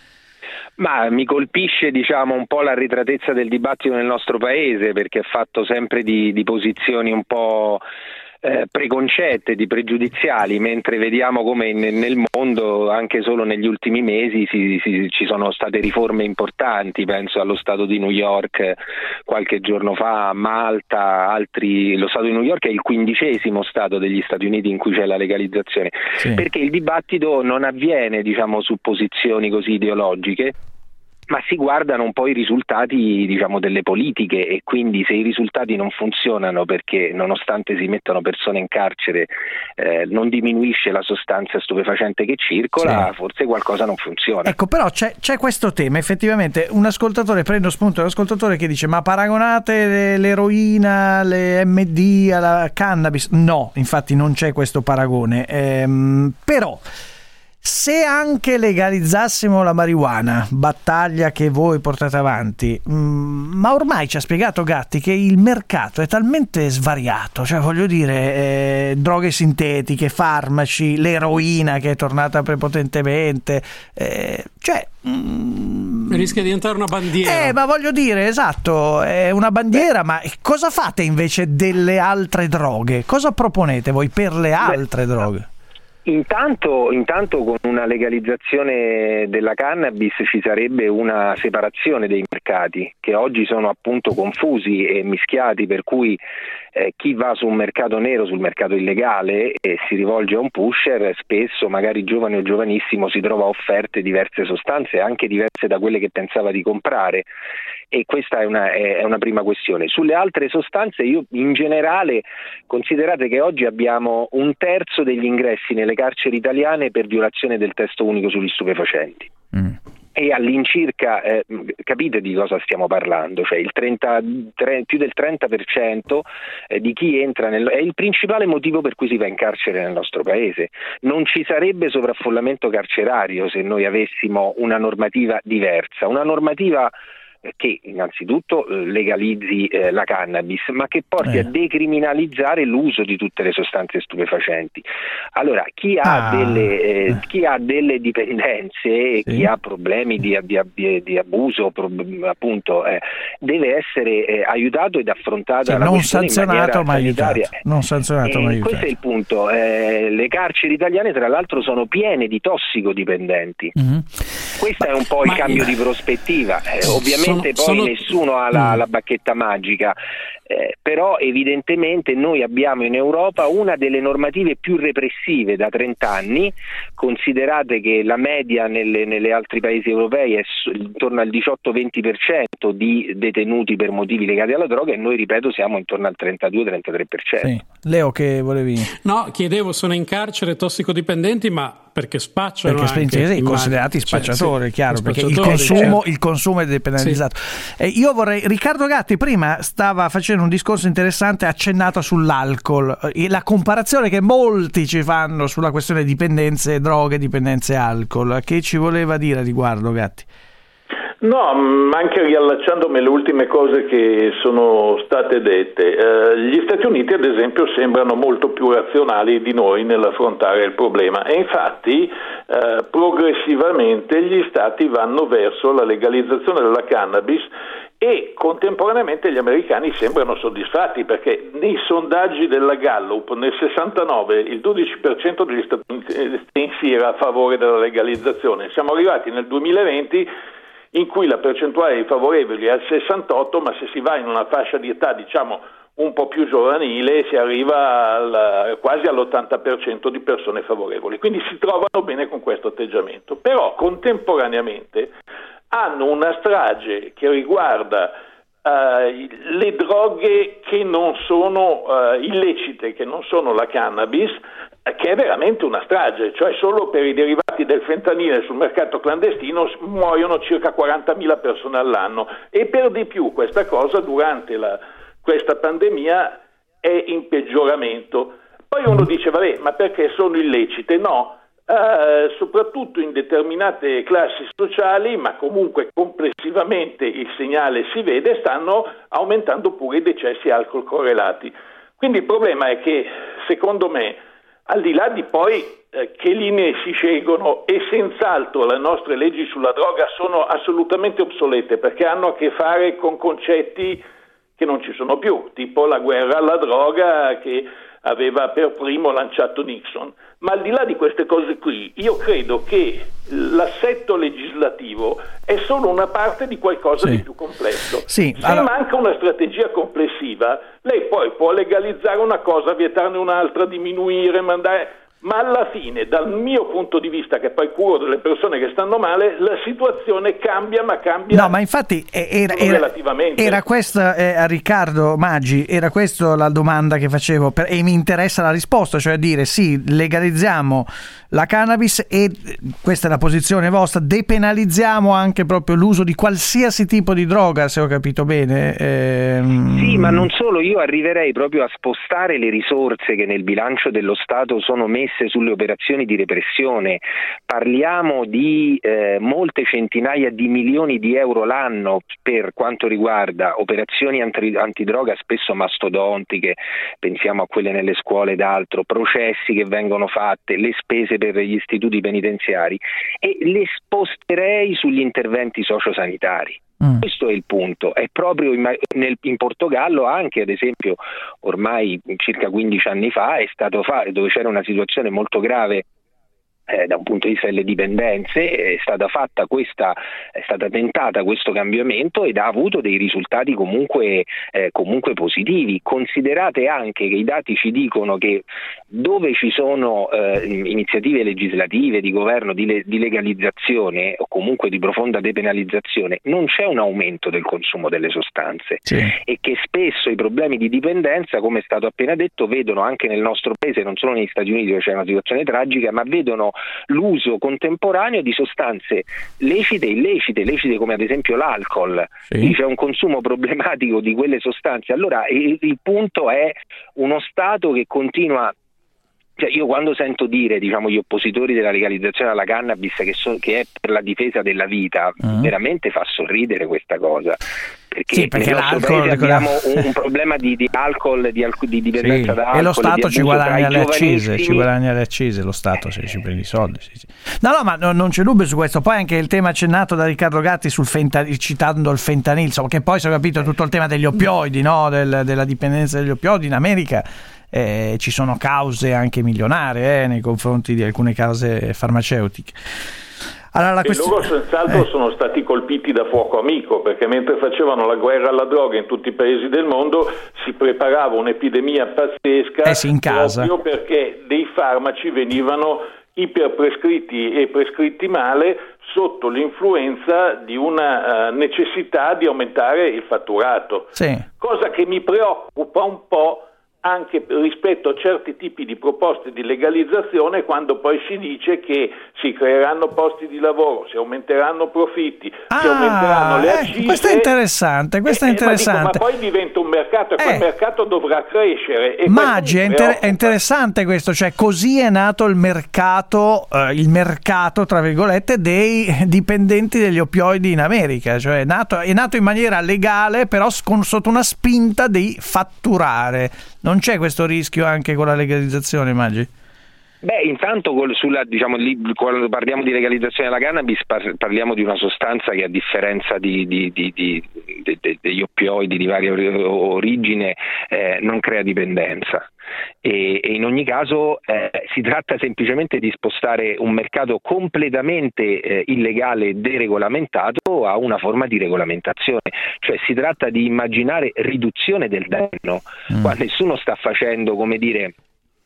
Ma mi colpisce, diciamo, un po' l'arretratezza del dibattito nel nostro paese, perché è fatto sempre di, di posizioni un po' eh, preconcette, di pregiudiziali, mentre vediamo come in, nel mondo, anche solo negli ultimi mesi, si, si, ci sono state riforme importanti. Penso allo Stato di New York qualche giorno fa, a Malta, altri. Lo Stato di New York è il quindicesimo Stato degli Stati Uniti in cui c'è la legalizzazione, sì. Perché il dibattito non avviene, diciamo, su posizioni così ideologiche, ma si guardano un po' i risultati, diciamo, delle politiche, e quindi se i risultati non funzionano perché nonostante si mettano persone in carcere eh, non diminuisce la sostanza stupefacente che circola, sì. Forse qualcosa non funziona. Ecco, però c'è, c'è questo tema, effettivamente. Un ascoltatore, prendo spunto, un ascoltatore che dice: ma paragonate l'eroina, le M D alla cannabis? No, infatti non c'è questo paragone, ehm, però se anche legalizzassimo la marijuana, battaglia che voi portate avanti, mh, ma ormai ci ha spiegato Gatti che il mercato è talmente svariato, cioè voglio dire, eh, droghe sintetiche, farmaci, l'eroina che è tornata prepotentemente, eh, cioè mh, rischia di diventare una bandiera. Eh, ma voglio dire, esatto, è una bandiera. Beh, ma cosa fate invece delle altre droghe? Cosa proponete voi per le altre Beh, droghe? Intanto, intanto con una legalizzazione della cannabis ci sarebbe una separazione dei mercati, che oggi sono appunto confusi e mischiati, per cui eh, chi va su un mercato nero, sul mercato illegale, e si rivolge a un pusher, spesso magari giovane o giovanissimo si trova offerte diverse sostanze, anche diverse da quelle che pensava di comprare, e questa è una, è una prima questione. Sulle altre sostanze, io in generale, considerate che oggi abbiamo un terzo degli ingressi nelle carceri italiane per violazione del testo unico sugli stupefacenti. Mm. e all'incirca eh, capite di cosa stiamo parlando, cioè il trenta, tre, più del trenta per cento eh, di chi entra nel, è il principale motivo per cui si va in carcere nel nostro paese. Non ci sarebbe sovraffollamento carcerario se noi avessimo una normativa diversa, una normativa che innanzitutto legalizzi eh, la cannabis, ma che porti eh. a decriminalizzare l'uso di tutte le sostanze stupefacenti. Allora, chi ha, ah. delle, eh, chi ha delle dipendenze e sì. chi ha problemi di, di, di, di abuso, pro, appunto, eh, deve essere eh, aiutato ed affrontata sì, la non questione sanzionato, in maniera sanitaria. Non sanzionato, ma aiutato. Questo è il punto. Eh, le carceri italiane, tra l'altro, sono piene di tossicodipendenti. Mm-hmm. Questo ma, è un po' il cambio io... di prospettiva. Eh, ovviamente Sono, poi sono... nessuno ha la, la bacchetta magica, eh, però evidentemente noi abbiamo in Europa una delle normative più repressive da trenta anni, considerate che la media nelle, nelle altri paesi europei è intorno al diciotto venti per cento di detenuti per motivi legati alla droga e noi, ripeto, siamo intorno al trentadue trentatré per cento. Sì. Leo, che volevi? No, chiedevo, sono in carcere tossicodipendenti, ma perché spacciano perché anche, sì, considerati spacciatori, cioè, sì, chiaro, perché il spacciatori, consumo, certo. il consumo è depenalizzato. Sì. Eh, io vorrei, Riccardo Gatti prima stava facendo un discorso interessante, accennato sull'alcol, eh, la comparazione che molti ci fanno sulla questione dipendenze droghe, dipendenze alcol. Che ci voleva dire a riguardo, Gatti? No, ma anche riallacciandomi alle ultime cose che sono state dette, eh, gli Stati Uniti ad esempio sembrano molto più razionali di noi nell'affrontare il problema e infatti eh, progressivamente gli stati vanno verso la legalizzazione della cannabis e contemporaneamente gli americani sembrano soddisfatti perché nei sondaggi della Gallup nel sessantanove il dodici per cento degli statunitensi era a favore della legalizzazione, siamo arrivati nel duemilaventi in cui la percentuale dei favorevoli è al sessantotto, ma se si va in una fascia di età diciamo un po' più giovanile si arriva al, quasi all'ottanta per cento di persone favorevoli, quindi si trovano bene con questo atteggiamento, però contemporaneamente hanno una strage che riguarda uh, le droghe che non sono uh, illecite, che non sono la cannabis, che è veramente una strage, cioè solo per i derivati del fentanile sul mercato clandestino muoiono circa quarantamila persone all'anno e per di più questa cosa durante la, questa pandemia è in peggioramento. Poi uno dice vabbè, ma perché sono illecite? No, eh, soprattutto in determinate classi sociali, ma comunque complessivamente il segnale si vede, stanno aumentando pure i decessi alcol correlati. Quindi il problema è che secondo me, al di là di poi eh, che linee si scelgono, e senz'altro le nostre leggi sulla droga sono assolutamente obsolete perché hanno a che fare con concetti che non ci sono più, tipo la guerra alla droga che aveva per primo lanciato Nixon. Ma al di là di queste cose qui, io credo che l'assetto legislativo è solo una parte di qualcosa sì. di più complesso. Sì, Se allora... manca una strategia complessiva, lei poi può legalizzare una cosa, vietarne un'altra, diminuire, mandare... ma alla fine, dal mio punto di vista, che poi curo delle persone che stanno male, la situazione cambia, ma cambia no, ma infatti era, era, relativamente. Era questa, eh, a Riccardo Maggi, era questa la domanda che facevo per, e mi interessa la risposta, cioè a dire sì, legalizziamo la cannabis e, questa è la posizione vostra, depenalizziamo anche proprio l'uso di qualsiasi tipo di droga, se ho capito bene. Ehm... Sì, ma non solo, io arriverei proprio a spostare le risorse che nel bilancio dello Stato sono messe sulle operazioni di repressione. Parliamo di eh, molte centinaia di milioni di euro l'anno per quanto riguarda operazioni anti- antidroga spesso mastodontiche, pensiamo a quelle nelle scuole ed altro, processi che vengono fatte, le spese per gli istituti penitenziari, e le sposterei sugli interventi sociosanitari. Mm. Questo è il punto, è proprio in, nel, in Portogallo anche, ad esempio, ormai circa quindici anni fa è stato fa, dove c'era una situazione molto grave Eh, da un punto di vista delle dipendenze, è stata fatta questa, è stata tentata questo cambiamento ed ha avuto dei risultati comunque, eh, comunque positivi. Considerate anche che i dati ci dicono che dove ci sono eh, iniziative legislative di governo di, le, di legalizzazione o comunque di profonda depenalizzazione non c'è un aumento del consumo delle sostanze sì. e che spesso i problemi di dipendenza, come è stato appena detto, vedono anche nel nostro paese, non solo negli Stati Uniti dove c'è una situazione tragica, ma vedono l'uso contemporaneo di sostanze lecite e illecite, lecite come ad esempio l'alcol. Sì. Quindi c'è un consumo problematico di quelle sostanze. Allora il, il punto è uno Stato che continua. Cioè io quando sento dire, diciamo, gli oppositori della legalizzazione della cannabis che, so, che è per la difesa della vita, uh-huh. veramente fa sorridere questa cosa, perché, sì, perché nel nostro paese abbiamo un, un problema di, di alcol, di, di dipendenza sì. da alcol, e lo Stato ci guadagna le accise, ci guadagna le accise lo Stato, se ci prende i soldi. Sì, sì. No, no, ma no, non c'è dubbio su questo. Poi anche il tema accennato da Riccardo Gatti sul fentanil, citando il fentanil, insomma, che poi si è capito tutto il tema degli oppioidi, no? Del, della dipendenza degli oppioidi in America. Eh, ci sono cause anche milionarie eh, nei confronti di alcune case farmaceutiche. Allora, la e quest... loro senz'altro eh. sono stati colpiti da fuoco amico, perché mentre facevano la guerra alla droga in tutti i paesi del mondo si preparava un'epidemia pazzesca eh sì, in casa. proprio perché dei farmaci venivano iperprescritti e prescritti male sotto l'influenza di una uh, necessità di aumentare il fatturato, sì. cosa che mi preoccupa un po' anche rispetto a certi tipi di proposte di legalizzazione, quando poi si dice che si creeranno posti di lavoro, si aumenteranno profitti, ah, si aumenteranno le accise. Eh, questo è interessante, questo è interessante. Ma, dico, ma poi diventa un mercato e eh. quel mercato dovrà crescere. E Maggi, è, inter- è interessante questo, cioè così è nato il mercato, eh, il mercato tra virgolette dei dipendenti degli oppioidi in America, cioè è nato, è nato in maniera legale, però con, sotto una spinta di fatturare. Non c'è questo rischio anche con la legalizzazione, Maggi? Beh, intanto sulla, diciamo, lì, quando parliamo di legalizzazione della cannabis par- parliamo di una sostanza che, a differenza di, di, di, di, di, di, degli oppioidi di varia origine, eh, non crea dipendenza. E, e in ogni caso eh, si tratta semplicemente di spostare un mercato completamente eh, illegale e deregolamentato a una forma di regolamentazione, cioè si tratta di immaginare riduzione del danno, mm. qua nessuno sta facendo, come dire,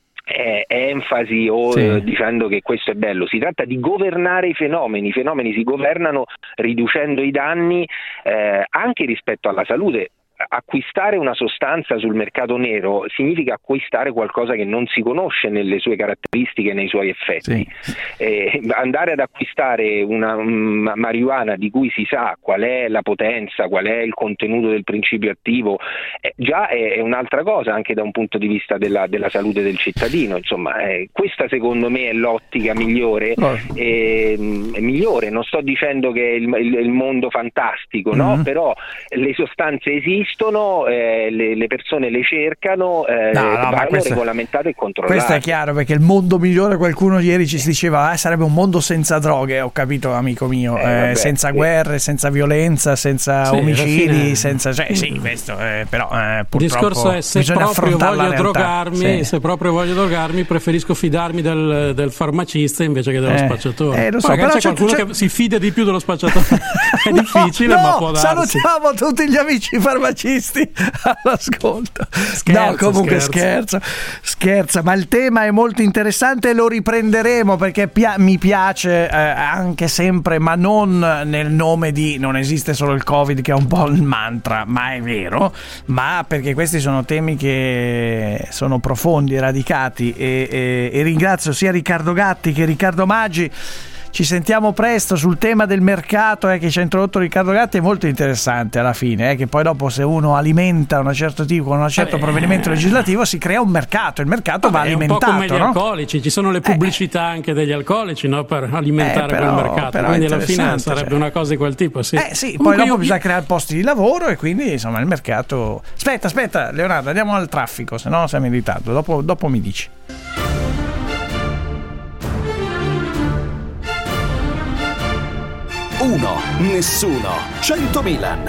eh, enfasi o sì. eh, dicendo che questo è bello, si tratta di governare i fenomeni, i fenomeni si governano riducendo i danni eh, anche rispetto alla salute. Acquistare una sostanza sul mercato nero significa acquistare qualcosa che non si conosce nelle sue caratteristiche e nei suoi effetti. Sì. Eh, andare ad acquistare una um, marijuana di cui si sa qual è la potenza, qual è il contenuto del principio attivo, eh, già è, è un'altra cosa anche da un punto di vista della, della salute del cittadino. Insomma, eh, questa secondo me è l'ottica migliore. No. Eh, è migliore. Non sto dicendo che è il, il, il mondo fantastico, mm-hmm. no? Però le sostanze esistono. Esistono, eh, le, le persone le cercano, eh, no, no, vanno questo, regolamentate e controllate. Questo è chiaro, perché il mondo migliore, qualcuno ieri ci diceva eh, sarebbe un mondo senza droghe, ho capito amico mio, eh, vabbè, senza sì. guerre, senza violenza, senza sì, omicidi, fine... senza cioè sì questo eh, però eh, purtroppo il discorso è se proprio voglio drogarmi, sì. se proprio voglio drogarmi preferisco fidarmi del, del farmacista invece che dello eh, spacciatore. Eh, lo so, magari c'è qualcuno c'è... che si fida di più dello spacciatore. È no, difficile, no, ma può darsi. Salutiamo tutti gli amici farmacisti all'ascolto. Scherzo, no, comunque scherzo. scherzo, scherza, ma il tema è molto interessante e lo riprenderemo perché pia- mi piace eh, anche sempre, ma non nel nome di non esiste solo il Covid, che è un po' il mantra, ma è vero, ma perché questi sono temi che sono profondi, radicati e, e, e ringrazio sia Riccardo Gatti che Riccardo Maggi. Ci sentiamo presto sul tema del mercato eh, che ci ha introdotto Riccardo Gatti, è molto interessante alla fine, eh, che poi dopo se uno alimenta un certo tipo con un certo Vabbè. provvedimento legislativo si crea un mercato, il mercato Vabbè, va alimentato. È un po' come gli no? alcolici, ci sono le pubblicità eh. anche degli alcolici, no? Per alimentare eh, però, quel mercato, quindi alla fine sarebbe cioè. una cosa di quel tipo. Sì, eh, sì poi dopo io... bisogna creare posti di lavoro e quindi insomma il mercato. Aspetta, aspetta Leonardo, andiamo al traffico, se no siamo in ritardo, dopo, dopo mi dici. Uno, nessuno, cento Milan.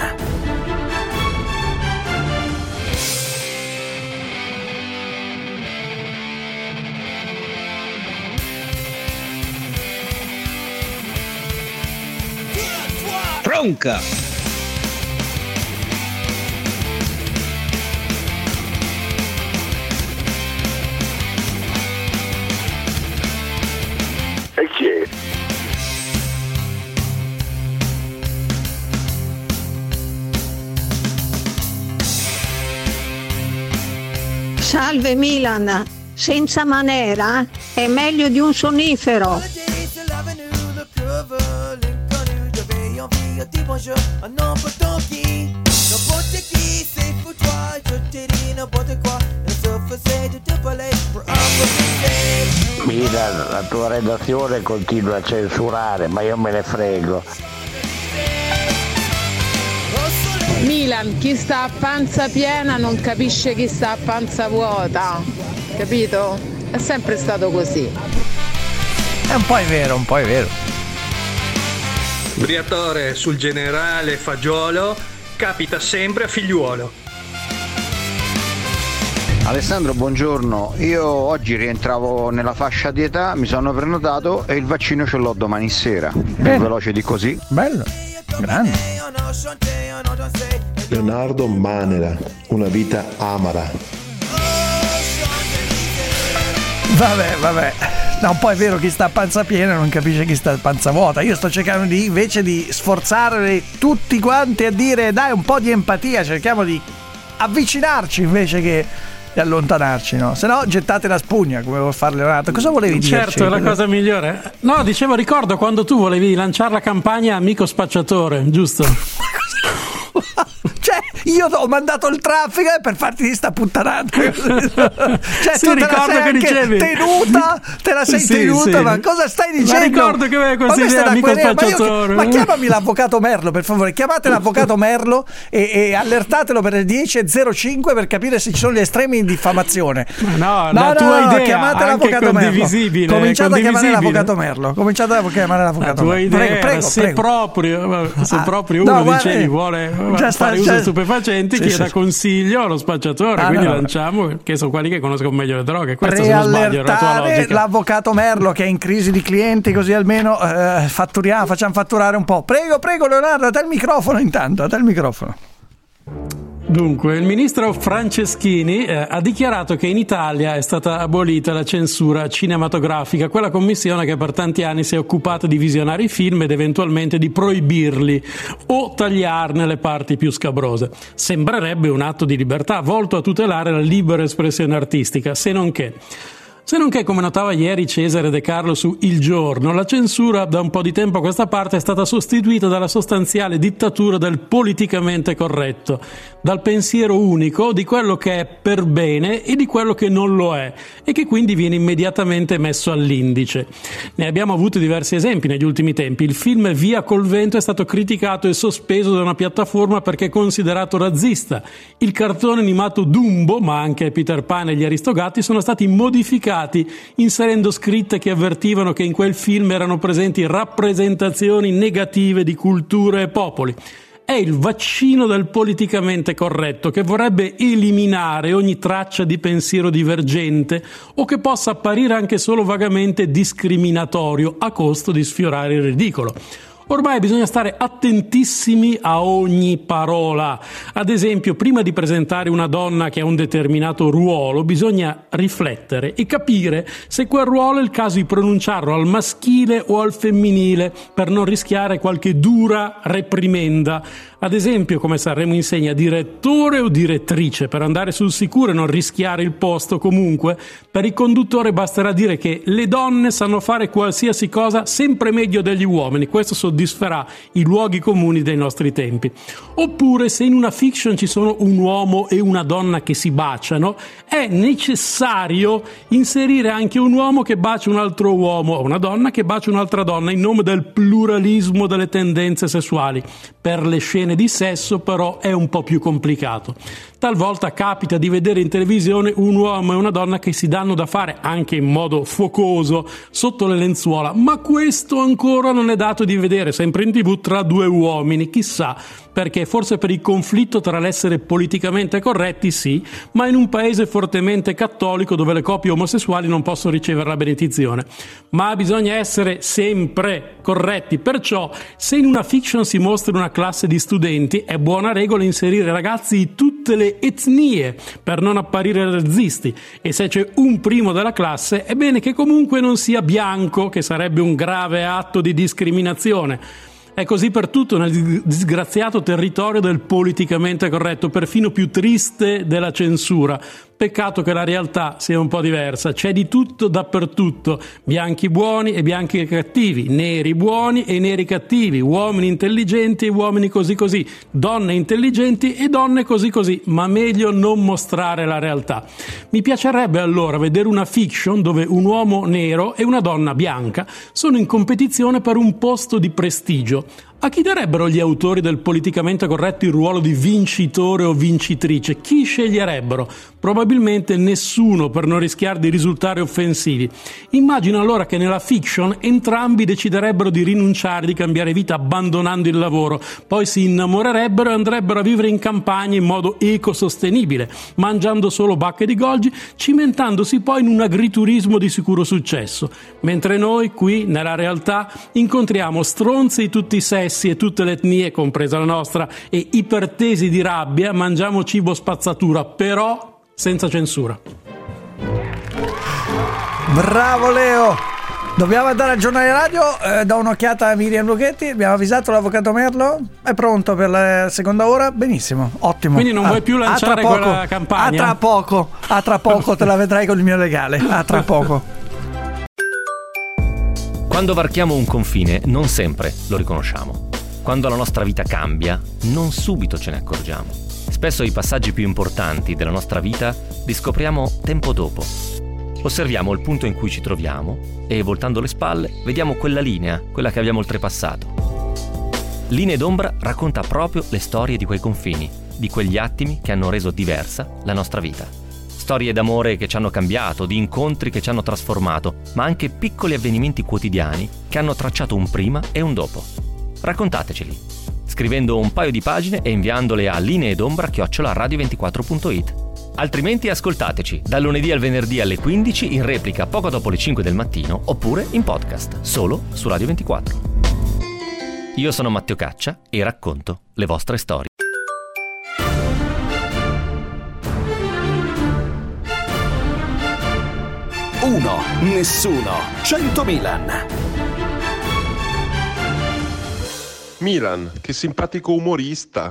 Tronca. E chi è? Salve Milan, senza manera è meglio di un sonnifero. Milan, la tua redazione continua a censurare, ma io me ne frego. Milan, chi sta a panza piena non capisce chi sta a panza vuota, capito? È sempre stato così. È un po' è vero, un po' è vero. Briatore sul generale Fagiolo capita sempre a figliuolo. Alessandro, buongiorno. Io oggi rientravo nella fascia di età, mi sono prenotato e il vaccino ce l'ho domani sera. Più veloce di così. Bello, grande. Leonardo Manera, una vita amara. Vabbè, vabbè. No, un po' è vero, chi sta a panza piena non capisce chi sta a panza vuota. Io sto cercando di, invece di sforzare tutti quanti a dire dai un po' di empatia, cerchiamo di avvicinarci invece che di allontanarci, no? Se no gettate la spugna come vuol fare Leonardo. Cosa volevi dire? Certo, è la cosa migliore. No, dicevo, ricordo quando tu volevi lanciare la campagna Amico Spacciatore, giusto? Cioè, io ho mandato il traffico per farti di sta puttanata. Cioè, sì, tu te ricordo la sei che anche dicevi. tenuta, te la sei sì, tenuta, sì. ma cosa stai dicendo? Ma ricordo che aveva questa idea, Amico Spacciatore. Ma, io, ma chiamami l'avvocato Merlo, per favore, chiamate l'avvocato Merlo e, e allertatelo per le dieci e zero cinque per capire se ci sono gli estremi in diffamazione. Ma no, no, la no, tua no, idea chiamate anche l'avvocato condivisibile, Merlo. Cominciate a chiamare condivisibile. l'avvocato Merlo. Cominciate a chiamare l'avvocato La tua Merlo. idea Prego, prego, se prego. proprio, se Ah, proprio no, uno guarda, dicevi vuole già sta- fare uso già- di stupefacenti, sì, chieda sì. consiglio allo spacciatore, Ah, quindi no. lanciamo che sono quelli che conoscono meglio le droghe. Questo, se non sbaglio, era la tua Preallertare logica. l'avvocato Merlo che è in crisi di clienti, così almeno eh, fatturiamo, facciamo fatturare un po'. Prego, prego Leonardo, a te il microfono intanto, a te il microfono. Dunque, il ministro Franceschini eh, ha dichiarato che in Italia è stata abolita la censura cinematografica, quella commissione che per tanti anni si è occupata di visionare i film ed eventualmente di proibirli o tagliarne le parti più scabrose. Sembrerebbe un atto di libertà volto a tutelare la libera espressione artistica, se non che... Se non che, come notava ieri Cesare De Carlo su Il Giorno, la censura da un po' di tempo a questa parte è stata sostituita dalla sostanziale dittatura del politicamente corretto, dal pensiero unico di quello che è per bene e di quello che non lo è e che quindi viene immediatamente messo all'indice. Ne abbiamo avuto diversi esempi negli ultimi tempi. Il film Via col vento è stato criticato e sospeso da una piattaforma perché è considerato razzista. Il cartone animato Dumbo, ma anche Peter Pan e gli Aristogatti, sono stati modificati inserendo scritte che avvertivano che in quel film erano presenti rappresentazioni negative di culture e popoli. È il vaccino del politicamente corretto che vorrebbe eliminare ogni traccia di pensiero divergente o che possa apparire anche solo vagamente discriminatorio a costo di sfiorare il ridicolo. Ormai bisogna stare attentissimi a ogni parola. Ad esempio, prima di presentare una donna che ha un determinato ruolo, bisogna riflettere e capire se quel ruolo è il caso di pronunciarlo al maschile o al femminile per non rischiare qualche dura reprimenda. Ad esempio, come Sanremo insegna, direttore o direttrice, per andare sul sicuro e non rischiare il posto comunque. Per il conduttore basterà dire che le donne sanno fare qualsiasi cosa sempre meglio degli uomini. Questo soddisferà i luoghi comuni dei nostri tempi. Oppure, se in una fiction ci sono un uomo e una donna che si baciano, è necessario inserire anche un uomo che bacia un altro uomo o una donna che bacia un'altra donna in nome del pluralismo delle tendenze sessuali. Per le scene di sesso però è un po' più complicato. Talvolta capita di vedere in televisione un uomo e una donna che si danno da fare anche in modo focoso sotto le lenzuola, ma questo ancora non è dato di vedere sempre in tv tra due uomini, chissà perché, forse per il conflitto tra l'essere politicamente corretti, sì, ma in un paese fortemente cattolico dove le coppie omosessuali non possono ricevere la benedizione. Ma bisogna essere sempre corretti, perciò se in una fiction si mostra una classe di studenti è buona regola inserire ragazzi di tutte le etnie per non apparire razzisti, e se c'è un primo della classe è bene che comunque non sia bianco, che sarebbe un grave atto di discriminazione. È così per tutto nel disgraziato territorio del politicamente corretto, perfino più triste della censura. Peccato che la realtà sia un po' diversa, c'è di tutto dappertutto, bianchi buoni e bianchi cattivi, neri buoni e neri cattivi, uomini intelligenti e uomini così così, donne intelligenti e donne così così, ma meglio non mostrare la realtà. Mi piacerebbe allora vedere una fiction dove un uomo nero e una donna bianca sono in competizione per un posto di prestigio. A chi darebbero gli autori del politicamente corretto il ruolo di vincitore o vincitrice? Chi sceglierebbero? Probabilmente nessuno, per non rischiare di risultare offensivi. Immagino allora che nella fiction entrambi deciderebbero di rinunciare, di cambiare vita abbandonando il lavoro, poi si innamorerebbero e andrebbero a vivere in campagna in modo ecosostenibile, mangiando solo bacche di golgi, cimentandosi poi in un agriturismo di sicuro successo. Mentre noi qui, nella realtà, incontriamo stronzi di tutti i sessi e tutte le etnie, compresa la nostra, e ipertesi di rabbia, mangiamo cibo spazzatura, però senza censura. Bravo Leo! Dobbiamo andare al giornale radio, eh, do un'occhiata a Miriam Lucchetti, abbiamo avvisato l'avvocato Merlo, è pronto per la seconda ora? Benissimo, ottimo. Quindi non ah, vuoi più lanciare quella campagna? A tra poco, a tra poco te la vedrai con il mio legale, a tra poco. Quando varchiamo un confine non sempre lo riconosciamo. Quando la nostra vita cambia, non subito ce ne accorgiamo. Spesso i passaggi più importanti della nostra vita li scopriamo tempo dopo. Osserviamo il punto in cui ci troviamo e, voltando le spalle, vediamo quella linea, quella che abbiamo oltrepassato. Linee d'ombra racconta proprio le storie di quei confini, di quegli attimi che hanno reso diversa la nostra vita. Storie d'amore che ci hanno cambiato, di incontri che ci hanno trasformato, ma anche piccoli avvenimenti quotidiani che hanno tracciato un prima e un dopo. Raccontateceli, scrivendo un paio di pagine e inviandole a lineedombra chiocciola radio ventiquattro punto it. Altrimenti ascoltateci dal lunedì al venerdì alle quindici, in replica poco dopo le cinque del mattino, oppure in podcast, solo su Radio ventiquattro. Io sono Matteo Caccia e racconto le vostre storie. Uno, nessuno, cento Milan. Milan, che simpatico umorista.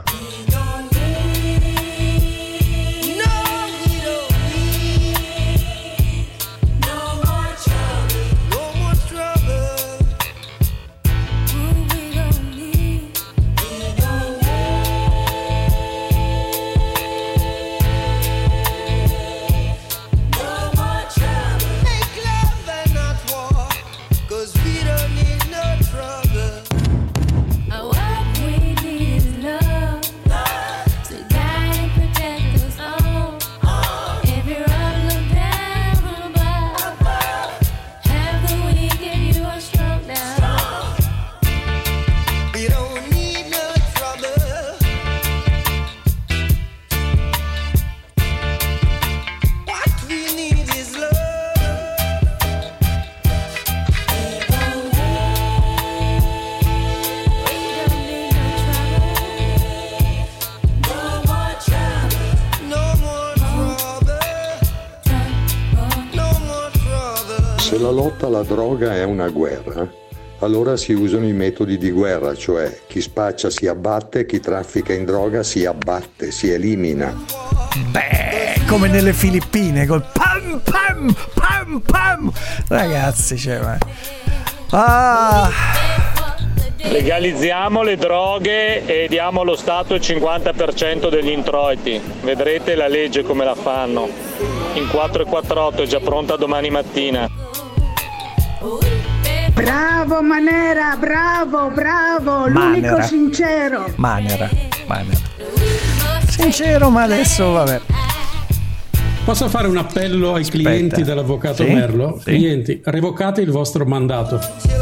Se la lotta alla droga è una guerra, allora si usano i metodi di guerra, cioè chi spaccia si abbatte, chi traffica in droga si abbatte, si elimina. Beh, come nelle Filippine, col pam pam pam pam. Ragazzi, cioè, ma... ah... Legalizziamo le droghe e diamo allo Stato il cinquanta per cento degli introiti. Vedrete la legge come la fanno. In quattro e quarantotto è già pronta domani mattina. Bravo Manera, bravo, bravo, l'unico Manera. sincero. Manera, Manera. Sincero, ma adesso vabbè. Posso fare un appello ai Aspetta. clienti dell'avvocato Sì? Merlo? Sì. Clienti, revocate il vostro mandato.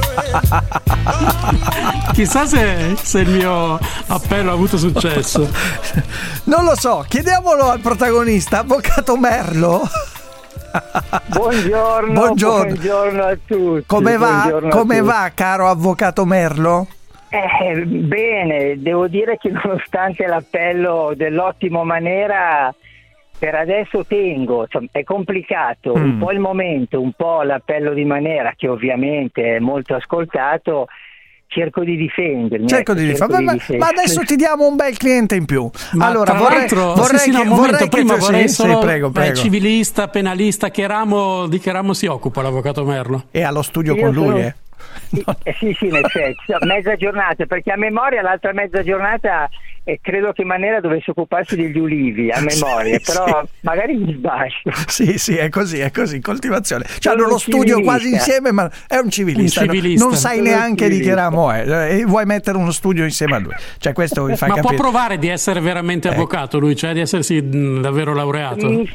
Chissà se, se il mio appello ha avuto successo. Non lo so, chiediamolo al protagonista, avvocato Merlo. Buongiorno, Buongiorno. buongiorno a tutti. Come va? Buongiorno a Come tutti. va, caro avvocato Merlo? Eh, bene, devo dire che nonostante l'appello dell'ottimo Manera, per adesso tengo, insomma, è complicato, Mm. un po' il momento, un po' l'appello di Manera, che ovviamente è molto ascoltato. cerco di difendermi. Cerco ecco, di cerco difendermi. di Ma, difendermi. ma adesso ti diamo un bel cliente in più. Ma allora, tra vorrei, l'altro, vorrei sì, sì, no, che, un momento, vorrei prima che tu, vorrei sì, solo, sì, prego, prego. Eh, civilista, penalista, che ramo, di che ramo si occupa l'avvocato Merlo? E allo studio Io con lui, sono- eh. Sì, eh, sì, sì, in effetti, no, mezza giornata, perché a memoria l'altra mezza giornata eh, credo che Manera dovesse occuparsi degli ulivi, a memoria, Sì, però sì. magari mi sbaglio. Sì, sì, è così, è così, coltivazione. C'hanno Sono lo un studio civilista. quasi insieme, ma è un civilista. Un no? civilista. Non sai Sono un neanche di che civilista. ramo è, eh, e vuoi mettere uno studio insieme a lui. Cioè, questo vi fa Ma capire. può provare di essere veramente Ecco. avvocato lui, cioè di essersi mh, davvero laureato? Mm,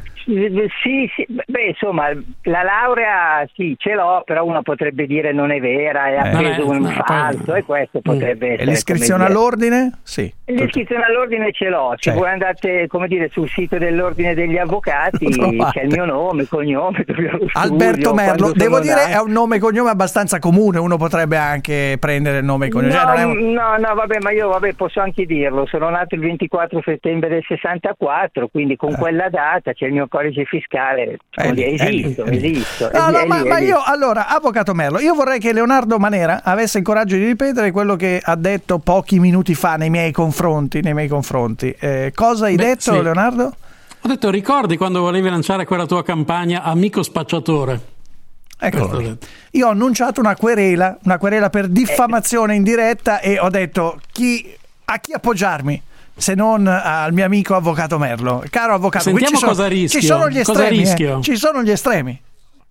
Sì, sì, beh, insomma, la laurea sì, ce l'ho, però uno potrebbe dire non è vera, è Eh. appeso Non è- un no, falso, poi- e questo potrebbe E essere. l'iscrizione come dire- all'ordine? Sì. L'iscrizione all'ordine ce l'ho, se C'è. voi andate, come dire, sul sito dell'ordine degli avvocati Lo trovate. c'è il mio nome, cognome, dove lo studio, Alberto Merlo, quando devo sono dire nato. è un nome e cognome abbastanza comune, uno potrebbe anche prendere il nome e cognome. Cioè, No, non è un- no, no, vabbè, ma io vabbè, posso anche dirlo, sono nato il ventiquattro settembre del sessantaquattro, quindi con quella data c'è il mio codice fiscale, È lì, è lì, esisto, è lì. esisto. No, è lì, no, è ma, lì, ma è lì. io allora, avvocato Merlo, io vorrei che Leonardo Manera avesse il coraggio di ripetere quello che ha detto pochi minuti fa nei miei confronti, nei miei confronti. Eh, cosa hai Beh, detto, sì. Leonardo? Ho detto, ricordi quando volevi lanciare quella tua campagna Amico Spacciatore? Eccolo Questo ho lì. detto. Io ho annunciato una querela, una querela per diffamazione in diretta e ho detto chi, a chi appoggiarmi se non al mio amico avvocato Merlo. Caro avvocato, qui Sentiamo ci sono, cosa rischio. ci sono gli Cosa estremi, eh. rischio? Ci sono gli estremi.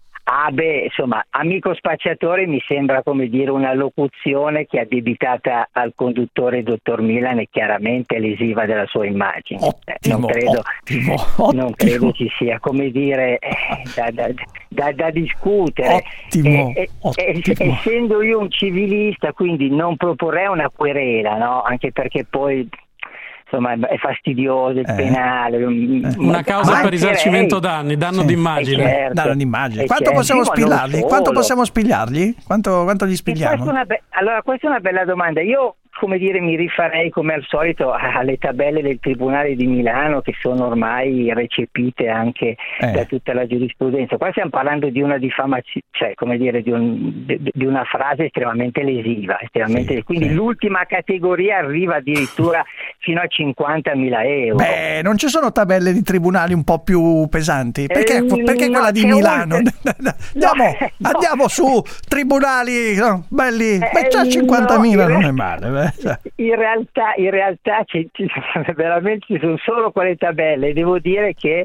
Ah beh, insomma, amico spacciatore mi sembra, come dire, una locuzione che è addebitata al conduttore dottor Milan e chiaramente lesiva della sua immagine. Eh, non, credo, ottimo, non ottimo. credo ci sia, come dire, eh, da, da, da, da discutere. Ottimo, Eh, eh, ottimo. eh, essendo io un civilista, quindi non proporrei una querela, no? Anche perché poi... Insomma, è fastidioso il Eh. penale. Una causa per risarcimento danni, danno Sì. d'immagine. Eh, certo. Danno un'immagine. Eh, Quanto certo. possiamo Sì, ma non spillargli? solo. Quanto possiamo spigliargli? Quanto, quanto gli E spigliamo? questa è una be- allora, questa è una bella domanda. Io, come dire, mi rifarei come al solito alle tabelle del Tribunale di Milano, che sono ormai recepite anche Eh. da tutta la giurisprudenza. Qua stiamo parlando di una diffamazione, cioè come dire, di, un- di- di una frase estremamente lesiva, estremamente Sì, quindi sì. l'ultima categoria arriva addirittura fino a cinquantamila euro. Beh, non ci sono tabelle di tribunali un po' più pesanti? Perché, Eh, perché no, quella di c'è Milano? oltre- Andiamo, No, no. andiamo su tribunali no, belli. Eh, Beh, già no, cinquantamila in non re- è male. beh, cioè. In realtà, in realtà ci, ci sono, veramente ci sono solo quelle tabelle. Devo dire che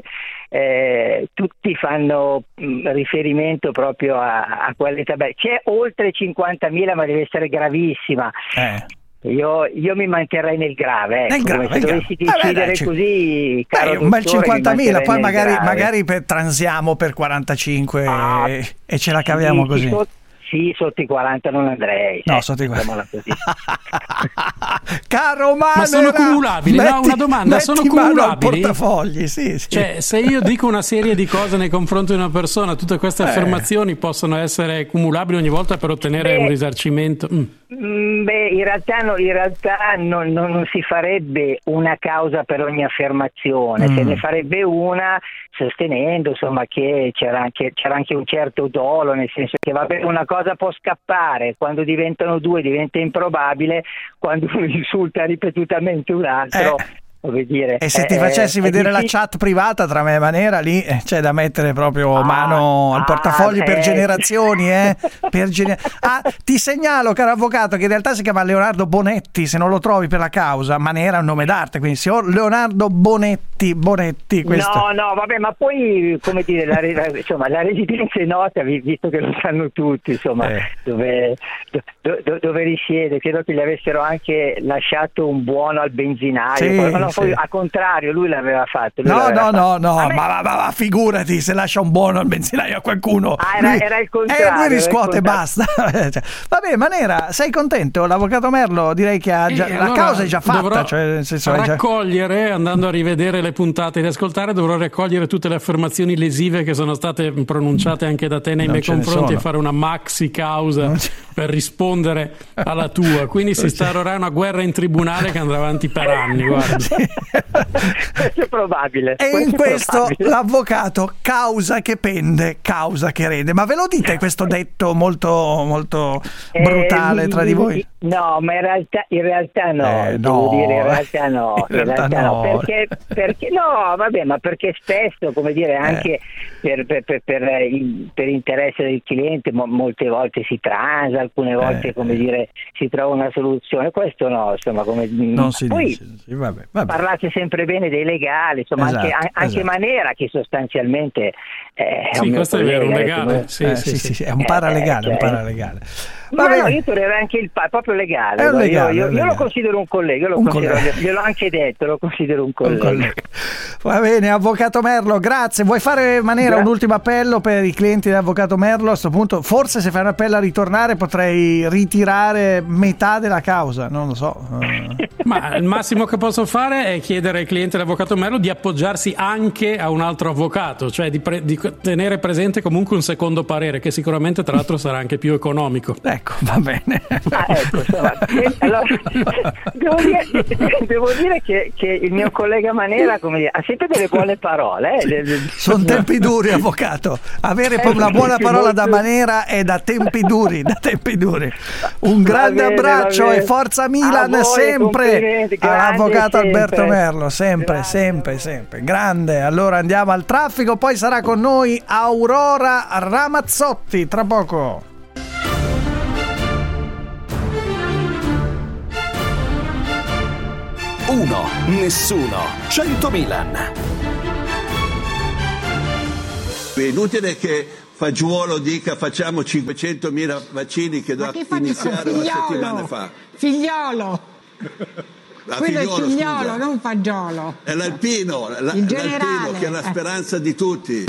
eh, tutti fanno mh, riferimento proprio a, a quelle tabelle. C'è oltre cinquantamila, ma deve essere gravissima. Eh. Io, io mi manterrei nel grave, ecco, Nel grave, come se nel grave. dovessi Eh, beh, decidere dai, ci- così, caro Beh, un bel dottore, mi cinquantamila, poi manterrei nel magari, grave. magari per, transiamo per quarantacinque Ah, e, e ce la caviamo Sì, così. sì, sotto, sì, sotto i quaranta non andrei. No, eh, sotto i quaranta. mettiamola così. Caro Manera, Ma sono cumulabili? No, una domanda, sono metti mano al cumulabili? portafogli, sì, sì. Cioè, se io dico una serie di cose nei confronti di una persona, tutte queste Eh. affermazioni possono essere cumulabili ogni volta per ottenere Beh. un risarcimento. Mm. Mm, Beh, in realtà, no, in realtà non, non- non si farebbe una causa per ogni affermazione, Mm. se ne farebbe una sostenendo insomma che c'era anche, c'era anche un certo dolo, nel senso che vabbè, una cosa può scappare, quando diventano due diventa improbabile, quando uno insulta ripetutamente un altro. Eh. Come dire, E se eh, ti facessi è vedere la difficile- chat privata tra me e Manera, lì eh, c'è da mettere proprio Ah, mano al ah, portafogli per eh. generazioni, eh? Per gene- ah, ti segnalo, caro avvocato, che in realtà si chiama Leonardo Bonetti, se non lo trovi per la causa. Manera è un nome d'arte, quindi se ho Leonardo Bonetti, Bonetti, questo. No, no, vabbè, ma poi, come dire, la, la- insomma, la residenza è nota, vi- visto che lo sanno tutti, insomma, Eh. dove, do- do- dove risiede. Credo che gli avessero anche lasciato un buono al benzinaio. Sì, poi, no, sì. poi, a contrario, lui l'aveva fatto. lui No, l'aveva no, no, fatto. no, A me- ma, ma, ma, ma figurati se lascia un buono al benzinaio a qualcuno. Ah, era- Lui- era il Eh, contrario, lui era il riscuote e contrario. basta. Cioè, vabbè, Manera, sei contento? L'avvocato Merlo direi che ha già, E la allora causa è già fatta. dovrò Cioè, nel senso, è già- raccogliere, andando a rivedere le puntate di ascoltare, dovrò raccogliere tutte le affermazioni lesive che sono state pronunciate anche da te nei Non miei ce ne confronti sono. e fare una maxi causa Non ce- per rispondere alla tua. Quindi si starorà una guerra in tribunale che andrà avanti per anni. Guarda. Sì, Questo è probabile. E questo in questo probabile. l'avvocato causa che pende, causa che rende. Ma ve lo dite questo detto molto, molto brutale eh, tra di voi? No, ma in realtà, in realtà no, Eh, devo no. dire, in realtà no, In realtà no. perché, perché no, vabbè, ma perché spesso, come dire, anche Eh. per, per, per, per, il- per interesse del cliente mo- molte volte si transa, alcune volte, Eh, come eh. dire, si trova una soluzione, questo no, insomma, come Non si poi dice. Sì, vabbè, vabbè. parlate sempre bene dei legali, insomma, Esatto, anche, a- anche esatto. Manera che sostanzialmente eh, è Sì, un mio questo è vero, un collega, legale. come- Sì, Eh, sì, sì, sì. sì, sì, è un Eh, paralegale, un cioè- paralegale. Ma Va no, bene. io tornerei anche il pa- proprio legale, È un no? Io- legale, io, è un io lo legale. considero un collega, io lo Un considero, collega. gliel'ho anche detto, lo considero un Un collega. collega. Va bene, avvocato Merlo, grazie. Vuoi fare Manera Gra- un ultimo appello per i clienti dell'avvocato Merlo? A questo punto, forse se fai un appello a ritornare potrei ritirare metà della causa, non lo so. Eh, Ma il massimo che posso fare è chiedere ai clienti dell'avvocato Merlo di appoggiarsi anche a un altro avvocato, cioè di, pre- di tenere presente comunque un secondo parere, che sicuramente tra l'altro sarà anche più economico. Ecco, va bene. Ah, ecco, insomma, eh, allora, devo dire, devo dire che, che il mio collega Manera, come dire, ha sempre delle buone parole. Eh? Sono tempi duri, avvocato. Avere poi una buona parola da Manera è da tempi duri, da tempi duri. Un grande Va bene, abbraccio va bene. e forza A Milan voi, sempre complimenti, grande all'avvocato sempre. Alberto Merlo, sempre, sempre, sempre. Grande. Allora andiamo al traffico, poi sarà con noi Aurora Ramazzotti tra poco. Uno, nessuno, cento Milan. È inutile che Fagiuolo dica facciamo cinquecentomila vaccini che doveva iniziare una settimana fa. Figliolo, La quello Figliuolo, è figliolo, scusa. non fagiolo. È l'alpino, la- In l'alpino generale. che è la speranza di tutti.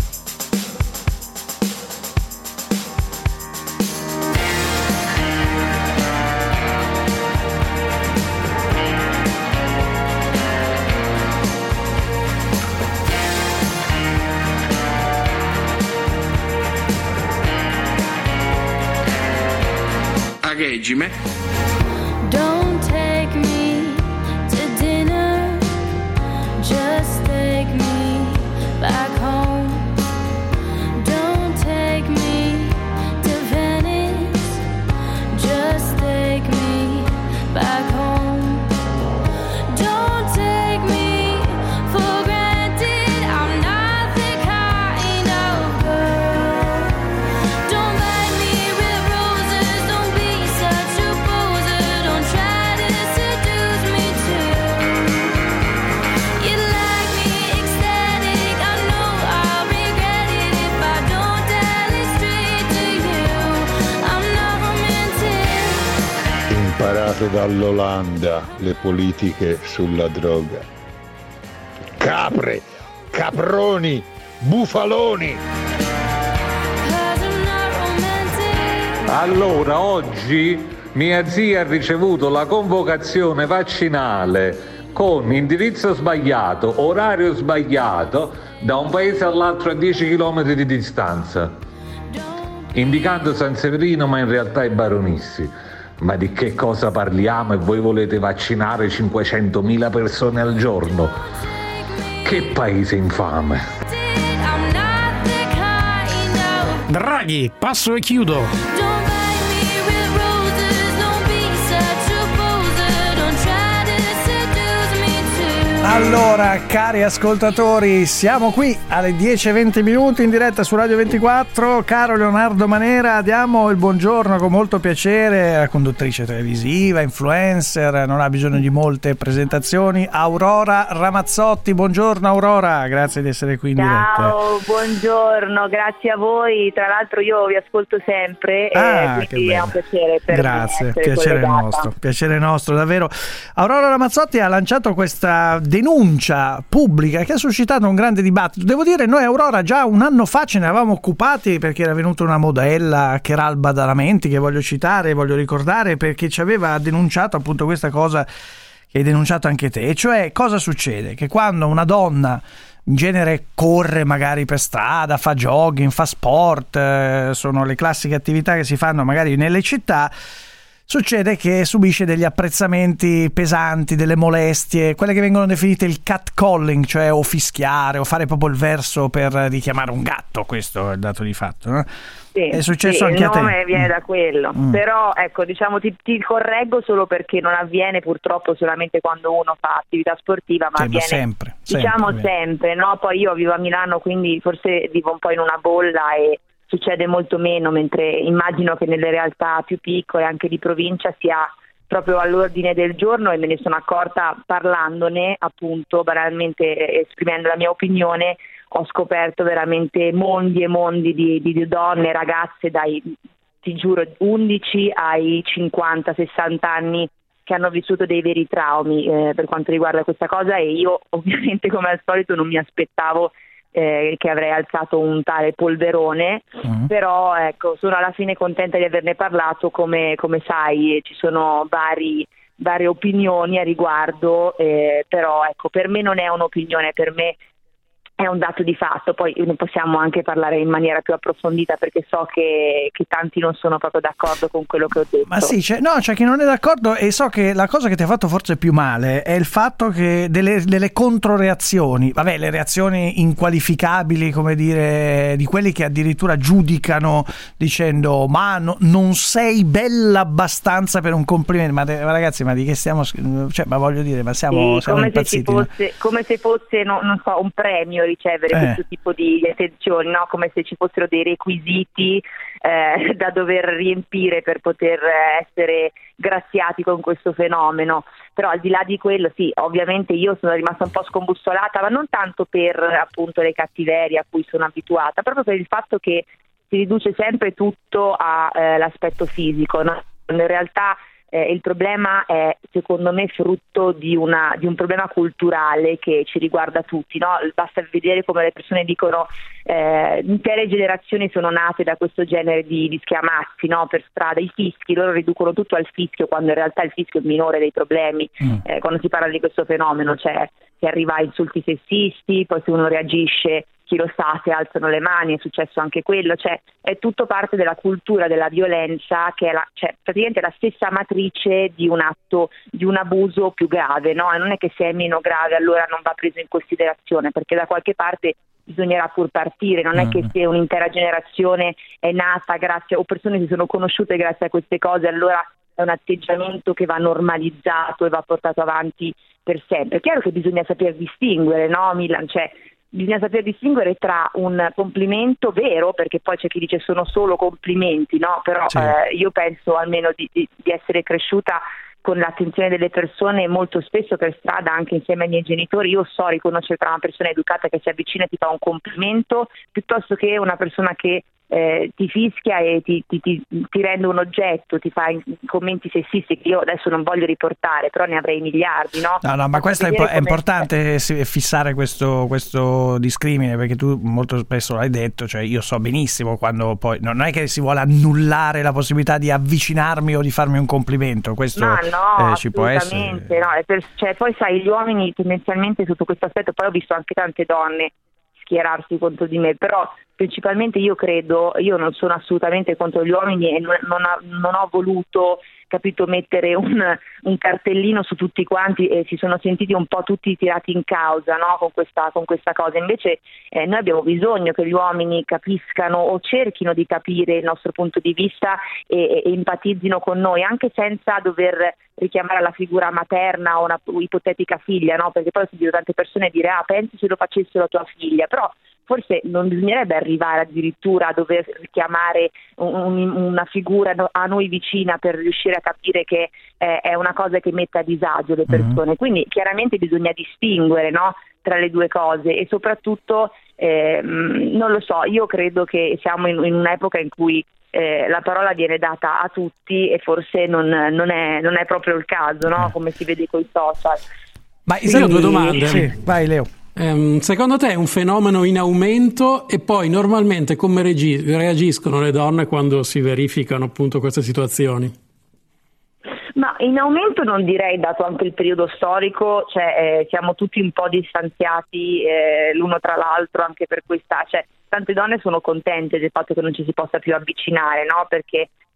A regime. Don't take me to dinner, just take me back home. Don't take me to Venice, just take me back home. Don't take me for granted, I'm not the kind of girl. Don't bite me with roses, don't be such a poser, don't try to seduce me too. You like me ecstatic, I know I'll regret it if I don't tell it straight to you. I'm not romantic. Imparate dall'Olanda le politiche sulla droga. Capre, caproni, bufaloni. Allora, oggi mia zia ha ricevuto la convocazione vaccinale con indirizzo sbagliato, orario sbagliato, da un paese all'altro a dieci chilometri di distanza, indicando San Severino ma in realtà è Baronissi. Ma di che cosa parliamo e voi volete vaccinare cinquecentomila persone al giorno? Che paese infame! Draghi, passo e chiudo. Allora, cari ascoltatori, siamo qui alle dieci e venti minuti in diretta su Radio ventiquattro. Caro Leonardo Manera, diamo il buongiorno con molto piacere alla conduttrice televisiva, influencer, non ha bisogno di molte presentazioni, Aurora Ramazzotti. Buongiorno Aurora, grazie di essere qui in diretta. Ciao, buongiorno, grazie a voi. Tra l'altro io vi ascolto sempre Ah, e che quindi è bello. un piacere per Grazie, me essere piacere collegata. nostro, piacere nostro, davvero. Aurora Ramazzotti ha lanciato questa denuncia pubblica che ha suscitato un grande dibattito. Devo dire, noi Aurora già un anno fa ce ne eravamo occupati perché era venuta una modella, Keral Badalamenti, che voglio citare, voglio ricordare, perché ci aveva denunciato appunto questa cosa che hai denunciato anche te, e cioè cosa succede? Che quando una donna in genere corre magari per strada, fa jogging, fa sport, eh, sono le classiche attività che si fanno magari nelle città, succede che subisce degli apprezzamenti pesanti, delle molestie, quelle che vengono definite il catcalling, cioè o fischiare o fare proprio il verso per richiamare un gatto. Questo è il dato di fatto, no? Sì, è successo sì, anche a te. Il nome viene da quello, Mm. però ecco, diciamo ti, ti correggo solo perché non avviene purtroppo solamente quando uno fa attività sportiva, ma Sì, ma avviene sempre, diciamo sempre, sempre, no? Poi io vivo a Milano, quindi forse vivo un po' in una bolla e succede molto meno, mentre immagino che nelle realtà più piccole, anche di provincia, sia proprio all'ordine del giorno, e me ne sono accorta parlandone, appunto, banalmente esprimendo la mia opinione. Ho scoperto veramente mondi e mondi di, di donne, ragazze dai, ti giuro, undici ai cinquanta sessanta anni che hanno vissuto dei veri traumi eh, per quanto riguarda questa cosa, e io ovviamente, come al solito, non mi aspettavo eh, che avrei alzato un tale polverone, uh-huh. Però ecco, sono alla fine contenta di averne parlato. Come, come sai, ci sono vari, varie opinioni a riguardo, eh, però ecco, per me non è un'opinione, per me è un dato di fatto. Poi ne possiamo anche parlare in maniera più approfondita, perché so che, che tanti non sono proprio d'accordo con quello che ho detto. Ma sì, c'è, no, c'è chi non è d'accordo, e so che la cosa che ti ha fatto forse più male è il fatto che delle, delle controreazioni, vabbè, le reazioni inqualificabili, come dire, di quelli che addirittura giudicano dicendo ma no, non sei bella abbastanza per un complimento. Ma, de, ma ragazzi, ma di che stiamo, cioè, ma voglio dire, ma siamo, sì, siamo come impazziti, se ci fosse, come se fosse no, non so, un premio ricevere eh. questo tipo di attenzioni, no? Come se ci fossero dei requisiti eh, da dover riempire per poter essere graziati con questo fenomeno. Però al di là di quello, sì, ovviamente io sono rimasta un po' scombussolata, ma non tanto per appunto le cattiverie a cui sono abituata, proprio per il fatto che si riduce sempre tutto all'aspetto eh, fisico, no? In realtà Eh, il problema è, secondo me, frutto di, una, di un problema culturale che ci riguarda tutti, no? Basta vedere come le persone dicono eh, intere generazioni sono nate da questo genere di, di schiamazzi, no? Per strada, i fischi, loro riducono tutto al fischio, quando in realtà il fischio è il minore dei problemi. mm. eh, quando si parla di questo fenomeno, cioè si arriva a insulti sessisti, poi se uno reagisce, chi lo sa, se alzano le mani, è successo anche quello, cioè è tutto parte della cultura della violenza, che è la, cioè, praticamente la stessa matrice di un atto, di un abuso più grave, no? E non è che se è meno grave allora non va preso in considerazione, perché da qualche parte bisognerà pur partire, non è che se un'intera generazione è nata grazie, o persone si sono conosciute grazie a queste cose, allora è un atteggiamento che va normalizzato e va portato avanti per sempre. È chiaro che bisogna saper distinguere, no, Milan? Cioè, bisogna saper distinguere tra un complimento vero, perché poi c'è chi dice sono solo complimenti, no? Però sì. eh, io penso almeno di, di, di essere cresciuta con l'attenzione delle persone, molto spesso per strada, anche insieme ai miei genitori, io so riconoscere tra una persona educata che si avvicina e ti fa un complimento, piuttosto che una persona che eh, ti fischia e ti, ti, ti, ti rende un oggetto, ti fa commenti sessisti che io adesso non voglio riportare, però ne avrei miliardi, no? No, no, ma questo è, impo- è importante fissare questo, questo discrimine, perché tu molto spesso l'hai detto, cioè io so benissimo quando poi non è che si vuole annullare la possibilità di avvicinarmi o di farmi un complimento, questo ma no, eh, ci può essere. No, è per, cioè, poi sai, gli uomini tendenzialmente sotto questo aspetto, poi ho visto anche tante donne schierarsi contro di me, però principalmente io credo, io non sono assolutamente contro gli uomini e non, non, ho, non ho voluto, capito, mettere un, un cartellino su tutti quanti, e si sono sentiti un po' tutti tirati in causa, no? con, questa, con questa cosa. Invece eh, noi abbiamo bisogno che gli uomini capiscano o cerchino di capire il nostro punto di vista e, e empatizzino con noi, anche senza dover richiamare la figura materna o una ipotetica figlia, no? Perché poi ho sentito tante persone dire ah, pensi se lo facessero a tua figlia, però forse non bisognerebbe arrivare addirittura a dover richiamare un, una figura a noi vicina per riuscire a capire che eh, è una cosa che mette a disagio le persone. Mm-hmm. Quindi chiaramente bisogna distinguere, no, tra le due cose, e soprattutto eh, non lo so, io credo che siamo in, in un'epoca in cui eh, la parola viene data a tutti e forse non, non, è, non è proprio il caso, no? Come si vede con i social. Ma io ho due domande. Sì, vai Leo. Um, secondo te è un fenomeno in aumento, e poi normalmente come regi- reagiscono le donne quando si verificano appunto queste situazioni? Ma in aumento non direi, dato anche il periodo storico, cioè eh, siamo tutti un po' distanziati eh, l'uno tra l'altro, anche per questa, cioè tante donne sono contente del fatto che non ci si possa più avvicinare, no? Perché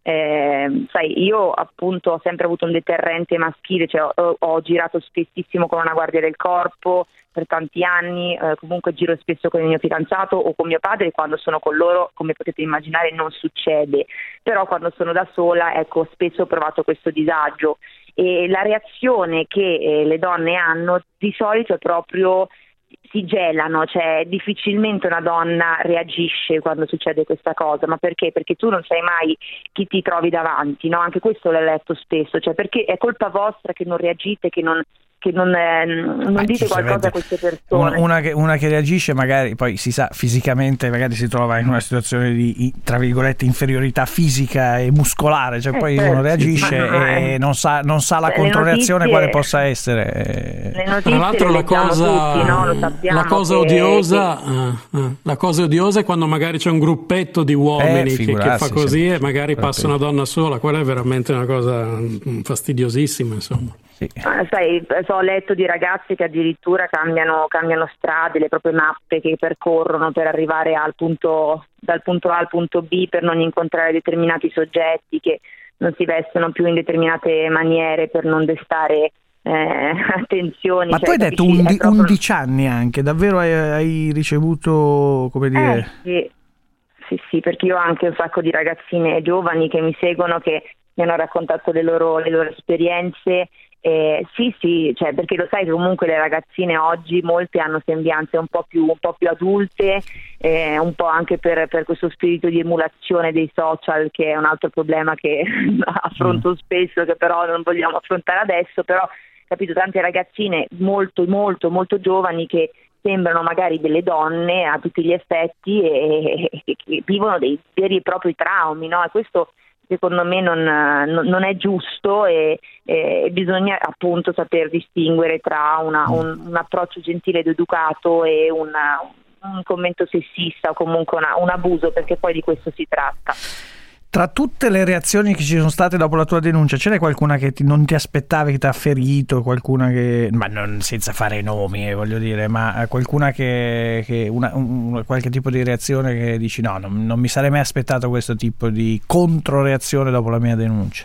Eh, sai, io appunto ho sempre avuto un deterrente maschile, cioè ho, ho girato spessissimo con una guardia del corpo per tanti anni, eh, comunque giro spesso con il mio fidanzato o con mio padre, e quando sono con loro, come potete immaginare, non succede, però quando sono da sola, ecco, spesso ho provato questo disagio, e la reazione che eh, le donne hanno di solito è proprio si gelano, cioè difficilmente una donna reagisce quando succede questa cosa, ma perché? Perché tu non sai mai chi ti trovi davanti, no? Anche questo l'ho letto spesso, cioè perché è colpa vostra che non reagite, che non che non, eh, non ah, dite qualcosa a queste persone. Una, una, che, una che reagisce magari, poi si sa, fisicamente magari si trova in una situazione di, tra virgolette, inferiorità fisica e muscolare, cioè eh, poi certo, uno reagisce no, e non sa, non sa la le controreazione notizie, quale possa essere. Le Tra l'altro la cosa, tutti, no? Lo sappiamo la cosa che, odiosa che... uh, uh, la cosa odiosa è quando magari c'è un gruppetto di uomini eh, che, che fa così sì, e magari passa una donna sola, quella è veramente una cosa fastidiosissima, insomma. Sì. Ah, sai, ho letto di ragazzi che addirittura cambiano, cambiano strade, le proprie mappe che percorrono per arrivare al punto, dal punto A al punto B, per non incontrare determinati soggetti, che non si vestono più in determinate maniere per non destare eh, attenzioni. Ma cioè, tu hai detto capisci, undi- proprio... undici anni anche, davvero hai, hai ricevuto, come dire... Eh, sì. sì, sì, perché io ho anche un sacco di ragazzine giovani che mi seguono, che mi hanno raccontato le loro, le loro esperienze. Eh, sì, sì, cioè, perché lo sai che comunque le ragazzine oggi molte hanno sembianze un po' più, un po' più adulte, eh, un po' anche per, per questo spirito di emulazione dei social, che è un altro problema che affronto spesso, che però non vogliamo affrontare adesso, però capito, tante ragazzine molto molto molto giovani che sembrano magari delle donne a tutti gli effetti e, e, e che vivono dei veri e propri traumi, no? E questo secondo me non, non è giusto, e, e bisogna appunto saper distinguere tra una, un, un approccio gentile ed educato e una, un commento sessista o comunque una, un abuso, perché poi di questo si tratta. Tra tutte le reazioni che ci sono state dopo la tua denuncia, ce n'è qualcuna che ti, non ti aspettavi, che ti ha ferito, qualcuna che, ma non senza fare nomi, eh, voglio dire, ma qualcuna che, che una, un, qualche tipo di reazione che dici no, non, non mi sarei mai aspettato questo tipo di controreazione dopo la mia denuncia?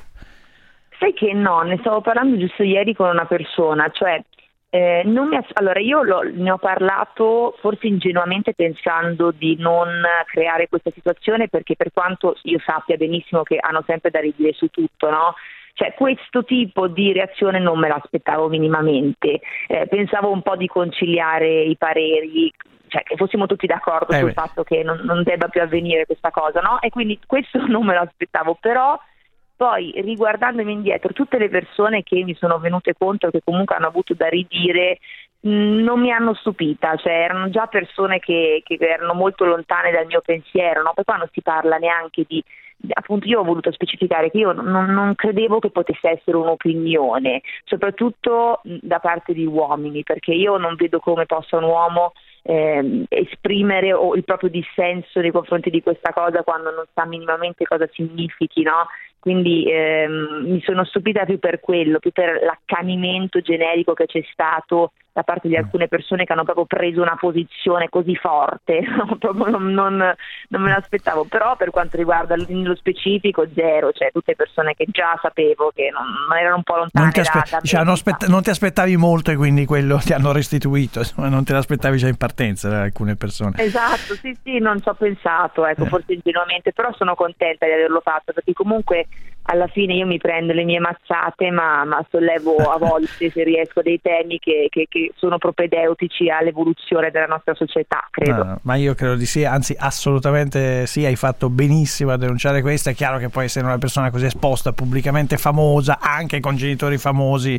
Sai che no, ne stavo parlando giusto ieri con una persona, cioè Eh, non mi ass- allora io lo, ne ho parlato forse ingenuamente pensando di non creare questa situazione, perché per quanto io sappia benissimo che hanno sempre da ridire su tutto, no? Cioè questo tipo di reazione non me l'aspettavo minimamente, eh, pensavo un po' di conciliare i pareri, cioè che fossimo tutti d'accordo eh sul beh. fatto che non, non debba più avvenire questa cosa, no? E quindi questo non me l'aspettavo, però poi riguardandomi indietro, tutte le persone che mi sono venute contro, che comunque hanno avuto da ridire, mh, non mi hanno stupita, cioè erano già persone che, che erano molto lontane dal mio pensiero, no? Poi qua non si parla neanche di, appunto io ho voluto specificare che io non, non credevo che potesse essere un'opinione, soprattutto da parte di uomini, perché io non vedo come possa un uomo eh, esprimere o il proprio dissenso nei confronti di questa cosa quando non sa minimamente cosa significhi, no? Quindi ehm, mi sono stupita più per quello, più per l'accanimento generico che c'è stato da parte di alcune persone che hanno proprio preso una posizione così forte, proprio non, non, non me l'aspettavo, però per quanto riguarda nello specifico zero, cioè tutte persone che già sapevo che non, non erano un po' lontane non ti, aspe- da, da diciamo, non, aspetta- non ti aspettavi molto e quindi quello ti hanno restituito, insomma, non te l'aspettavi già in partenza da alcune persone. Esatto, sì sì, non ci ho pensato, ecco, eh. forse ingenuamente, però sono contenta di averlo fatto, perché comunque alla fine io mi prendo le mie mazzate, ma, ma sollevo a volte, se riesco, dei temi che, che, che sono propedeutici all'evoluzione della nostra società, credo. No, ma io credo di sì, anzi assolutamente sì, hai fatto benissimo a denunciare questo. È chiaro che poi essere una persona così esposta, pubblicamente famosa, anche con genitori famosi,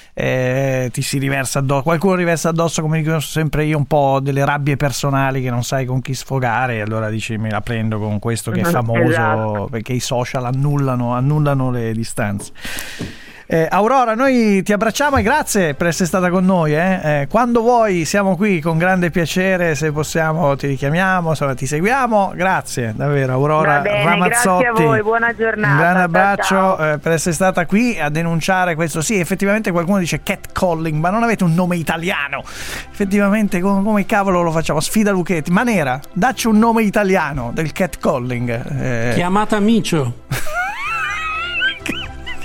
eh, ti si riversa addosso, qualcuno riversa addosso, come dico sempre io, un po' delle rabbie personali che non sai con chi sfogare, e allora dici me la prendo con questo che è famoso, esatto. Perché i social annullano, annullano le distanze. Eh, Aurora, noi ti abbracciamo e grazie per essere stata con noi, eh. Eh, quando vuoi siamo qui con grande piacere, se possiamo ti richiamiamo, insomma, ti seguiamo. Grazie davvero Aurora. Va bene, Ramazzotti, grazie a voi, buona giornata, un grande abbraccio, ciao, ciao. Eh, per essere stata qui a denunciare questo. Sì, effettivamente qualcuno dice catcalling, ma non avete un nome italiano, effettivamente come, come cavolo lo facciamo? Sfida Lucchetti, Manera, dacci un nome italiano del catcalling. eh. Chiamata Micio.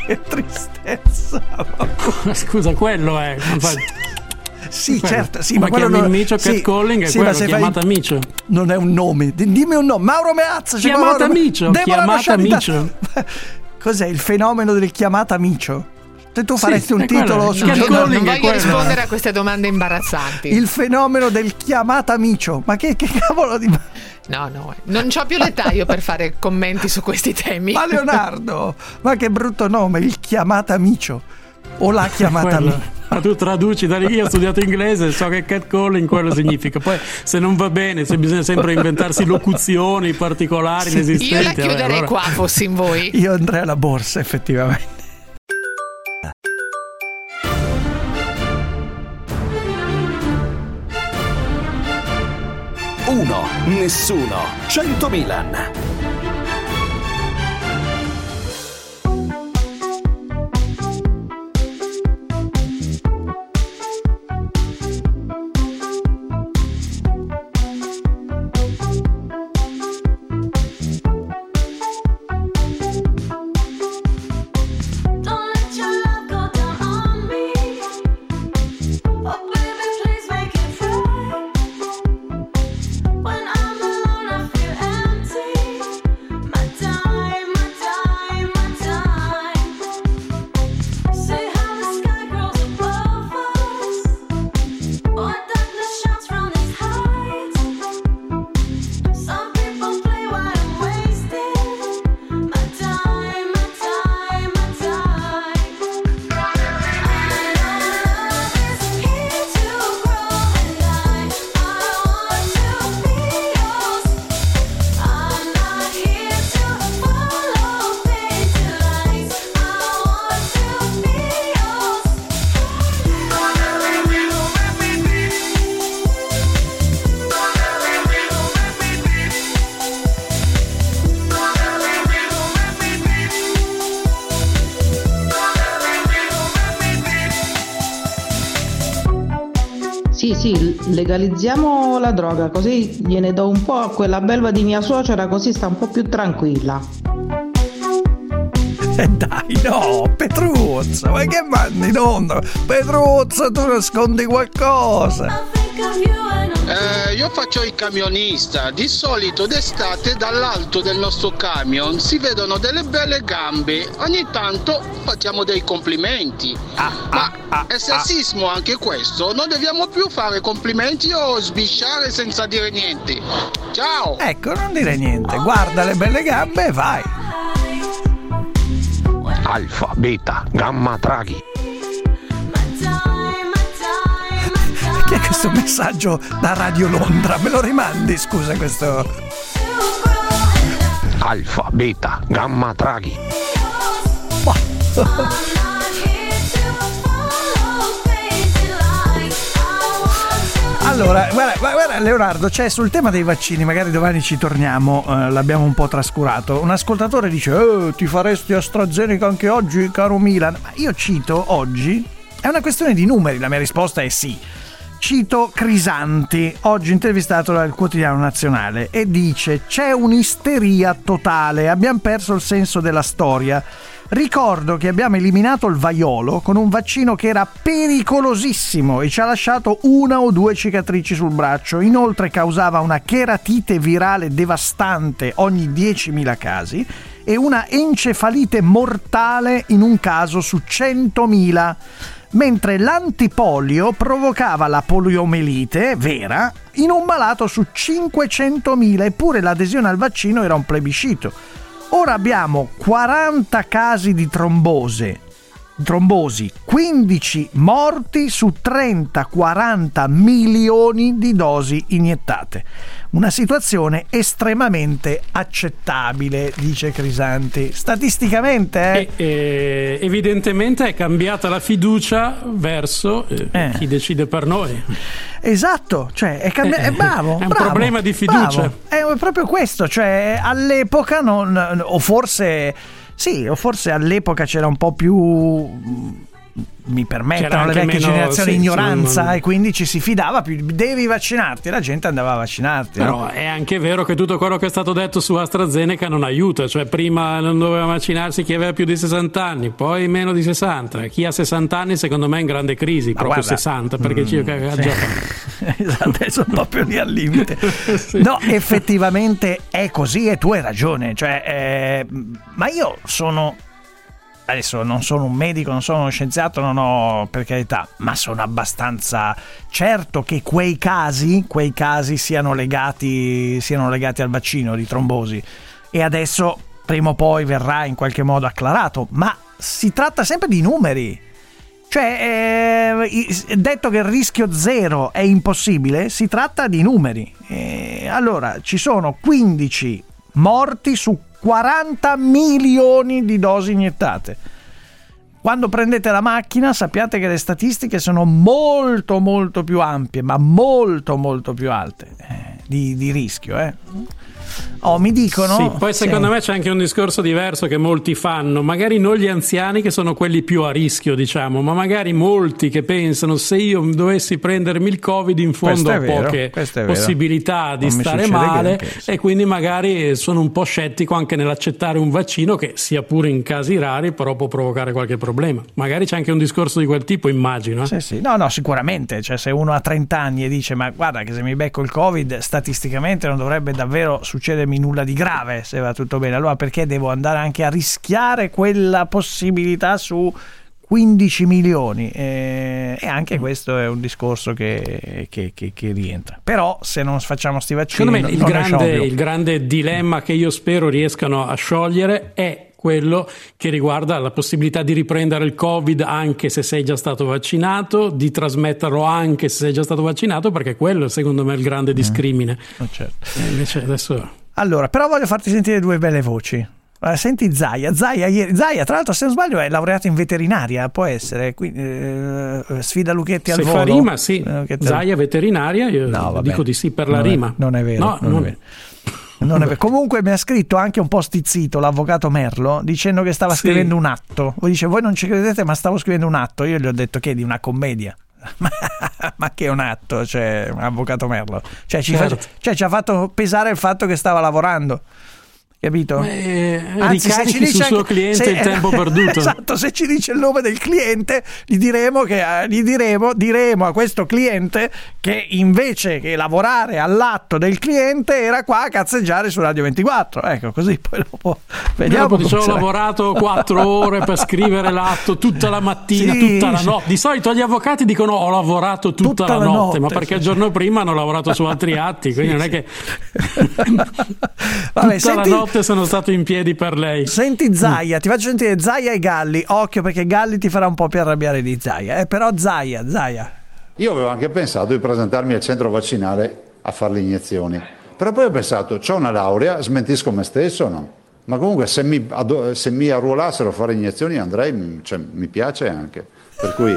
Che tristezza. Scusa, quello è. Sì, quello. certo, sì, ma, ma quello chiami non... Micio catcalling, sì, è quello, sì, chiamata fai... Micio. Non è un nome, dimmi un nome. Mauro Meazza, chiamata Micio, chiamata Micio. Cos'è il fenomeno del chiamata Micio? Se tu faresti sì, un titolo su no, non, non voglio rispondere a queste domande imbarazzanti. Il fenomeno del chiamata Micio. Ma che, che cavolo di... No, no, non c'ho più l'età io per fare commenti su questi temi. Ma Leonardo, ma che brutto nome, il chiamata Micio. O la chiamata Micio. Ma tu traduci da lì, io ho studiato inglese, so che catcalling quello significa. Poi se non va bene, se bisogna sempre inventarsi locuzioni particolari, sì, inesistenti. Io la chiuderei vabbè, allora... qua, fossi in voi. Io andrei alla borsa, effettivamente. Uno, nessuno, cento Milan. Sì, sì, legalizziamo la droga, così gliene do un po' a quella belva di mia suocera, così sta un po' più tranquilla. Eh dai, no, Petruzzo, ma che mandi in onda? Petruzzo, tu nascondi qualcosa. Eh, io faccio il camionista, di solito d'estate dall'alto del nostro camion si vedono delle belle gambe, ogni tanto facciamo dei complimenti. Ah, ma ah, è sessismo ah. anche questo? Non dobbiamo più fare complimenti o sbisciare senza dire niente. Ciao! Ecco, non dire niente, guarda le belle gambe e vai. Alfa, beta, gamma, traghi. Che è questo messaggio da Radio Londra? Me lo rimandi, scusa, questo... Alfa, beta, gamma, traghi. Allora, guarda, guarda Leonardo, c'è sul tema dei vaccini, magari domani ci torniamo, eh, l'abbiamo un po' trascurato. Un ascoltatore dice, eh, ti faresti AstraZeneca anche oggi, caro Milan? Ma io cito oggi, è una questione di numeri, la mia risposta è sì. Cito Crisanti, oggi intervistato dal Quotidiano Nazionale, e dice: c'è un'isteria totale, abbiamo perso il senso della storia. Ricordo che abbiamo eliminato il vaiolo con un vaccino che era pericolosissimo e ci ha lasciato una o due cicatrici sul braccio. Inoltre causava una cheratite virale devastante ogni diecimila casi e una encefalite mortale in un caso su centomila. Mentre l'antipolio provocava la poliomelite vera in un malato su cinquecentomila, eppure l'adesione al vaccino era un plebiscito. Ora abbiamo quaranta casi di trombose, trombosi, quindici morti su trenta quaranta milioni di dosi iniettate. Una situazione estremamente accettabile, dice Crisanti. Statisticamente eh? E, eh, evidentemente è cambiata la fiducia verso eh, eh. chi decide per noi. Esatto, cioè è, cambi- è bravo. È un bravo, problema di fiducia. Bravo. È proprio questo, cioè all'epoca non, o forse sì, o forse all'epoca c'era un po' più mi permettono C'era le anche vecchie meno, generazioni, sì, ignoranza, non- e quindi ci si fidava più, devi vaccinarti, la gente andava a vaccinarti. Però no? è anche vero che tutto quello che è stato detto su AstraZeneca non aiuta, cioè prima non doveva vaccinarsi chi aveva più di sessanta anni, poi meno di sessanta, chi ha sessanta anni secondo me è in grande crisi, Ma proprio guarda, sessanta, perché mm, ci ha sì. già fatto. Esatto, adesso proprio lì al limite. Sì. No, effettivamente è così e tu hai ragione, cioè, eh, ma io sono, adesso non sono un medico, non sono uno scienziato, non ho, per carità, ma sono abbastanza certo che quei casi, quei casi siano legati, siano legati al vaccino di trombosi, e adesso prima o poi verrà in qualche modo acclarato, ma si tratta sempre di numeri. Cioè, eh, detto che il rischio zero è impossibile, si tratta di numeri. Eh, allora, ci sono quindici morti su quaranta milioni di dosi iniettate. Quando prendete la macchina sappiate che le statistiche sono molto molto più ampie, ma molto molto più alte eh, di, di rischio. Eh. Oh, mi dicono. Sì, poi secondo sì. me c'è anche un discorso diverso che molti fanno, magari non gli anziani che sono quelli più a rischio, diciamo, ma magari molti che pensano se io dovessi prendermi il Covid in fondo ho vero, poche questo è vero. possibilità di Non mi stare succede male, granché, sì. e quindi magari sono un po' scettico anche nell'accettare un vaccino che sia pure in casi rari però può provocare qualche problema. Magari c'è anche un discorso di quel tipo, immagino. eh. Sì, sì. No, no, sicuramente. Cioè, se uno ha trenta anni e dice ma guarda che se mi becco il Covid statisticamente non dovrebbe davvero succedermi nulla di grave se va tutto bene, allora perché devo andare anche a rischiare quella possibilità su quindici milioni? E, e anche questo è un discorso che, che, che, che rientra. Però se non facciamo sti vaccini, Secondo me il non ne usciamo grande, più. il grande dilemma che io spero riescano a sciogliere è quello che riguarda la possibilità di riprendere il Covid anche se sei già stato vaccinato, di trasmetterlo anche se sei già stato vaccinato, perché quello secondo me è il grande discrimine. Mm. Oh, certo. E invece adesso... Allora, però voglio farti sentire due belle voci. Allora, senti Zaia, Zaia, ieri, Zaia, tra l'altro se non sbaglio è laureato in veterinaria, può essere, quindi, eh, sfida Lucchetti al se volo. fa rima, sì. Eh, che te- Zaia veterinaria, io No, vabbè. dico di sì per la Non è- rima. non è vero, No, non non è vero. Non è vero. Comunque mi ha scritto anche un po' stizzito l'avvocato Merlo dicendo che stava Sì. scrivendo un atto. Voi dice voi non ci credete, ma stavo scrivendo un atto. Io gli ho detto che è di una commedia. Ma che è un atto, cioè avvocato Merlo, cioè ci, Certo. fa- cioè ci ha fatto pesare il fatto che stava lavorando, capito? Eh, Anzi, se ricarichi ci dice sul suo anche- cliente se- il tempo perduto. Esatto, se ci dice il nome del cliente gli diremo che eh, gli diremo, diremo a questo cliente che invece che lavorare all'atto del cliente era qua a cazzeggiare su Radio ventiquattro. Ecco, così poi dopo vediamo. Dopo dice, come ho sarà. lavorato quattro ore per scrivere l'atto tutta la mattina, Sì, tutta la sì. notte. Di solito gli avvocati dicono ho lavorato tutta, Tutta la, la notte, notte, ma perché sì. il giorno prima hanno lavorato su altri atti, quindi Sì, non è sì. che Vabbè, tutta senti- la notte sono stato in piedi per lei. Senti Zaia, ti faccio sentire Zaia e Galli. Occhio perché Galli ti farà un po' più arrabbiare di Zaia. Eh, però Zaia, Zaia. Io avevo anche pensato di presentarmi al centro vaccinale a fare le iniezioni, però poi ho pensato, c'ho una laurea, smentisco me stesso o no? Ma comunque se mi, ado- se mi arruolassero a fare iniezioni andrei, mi- cioè, mi piace anche, per cui...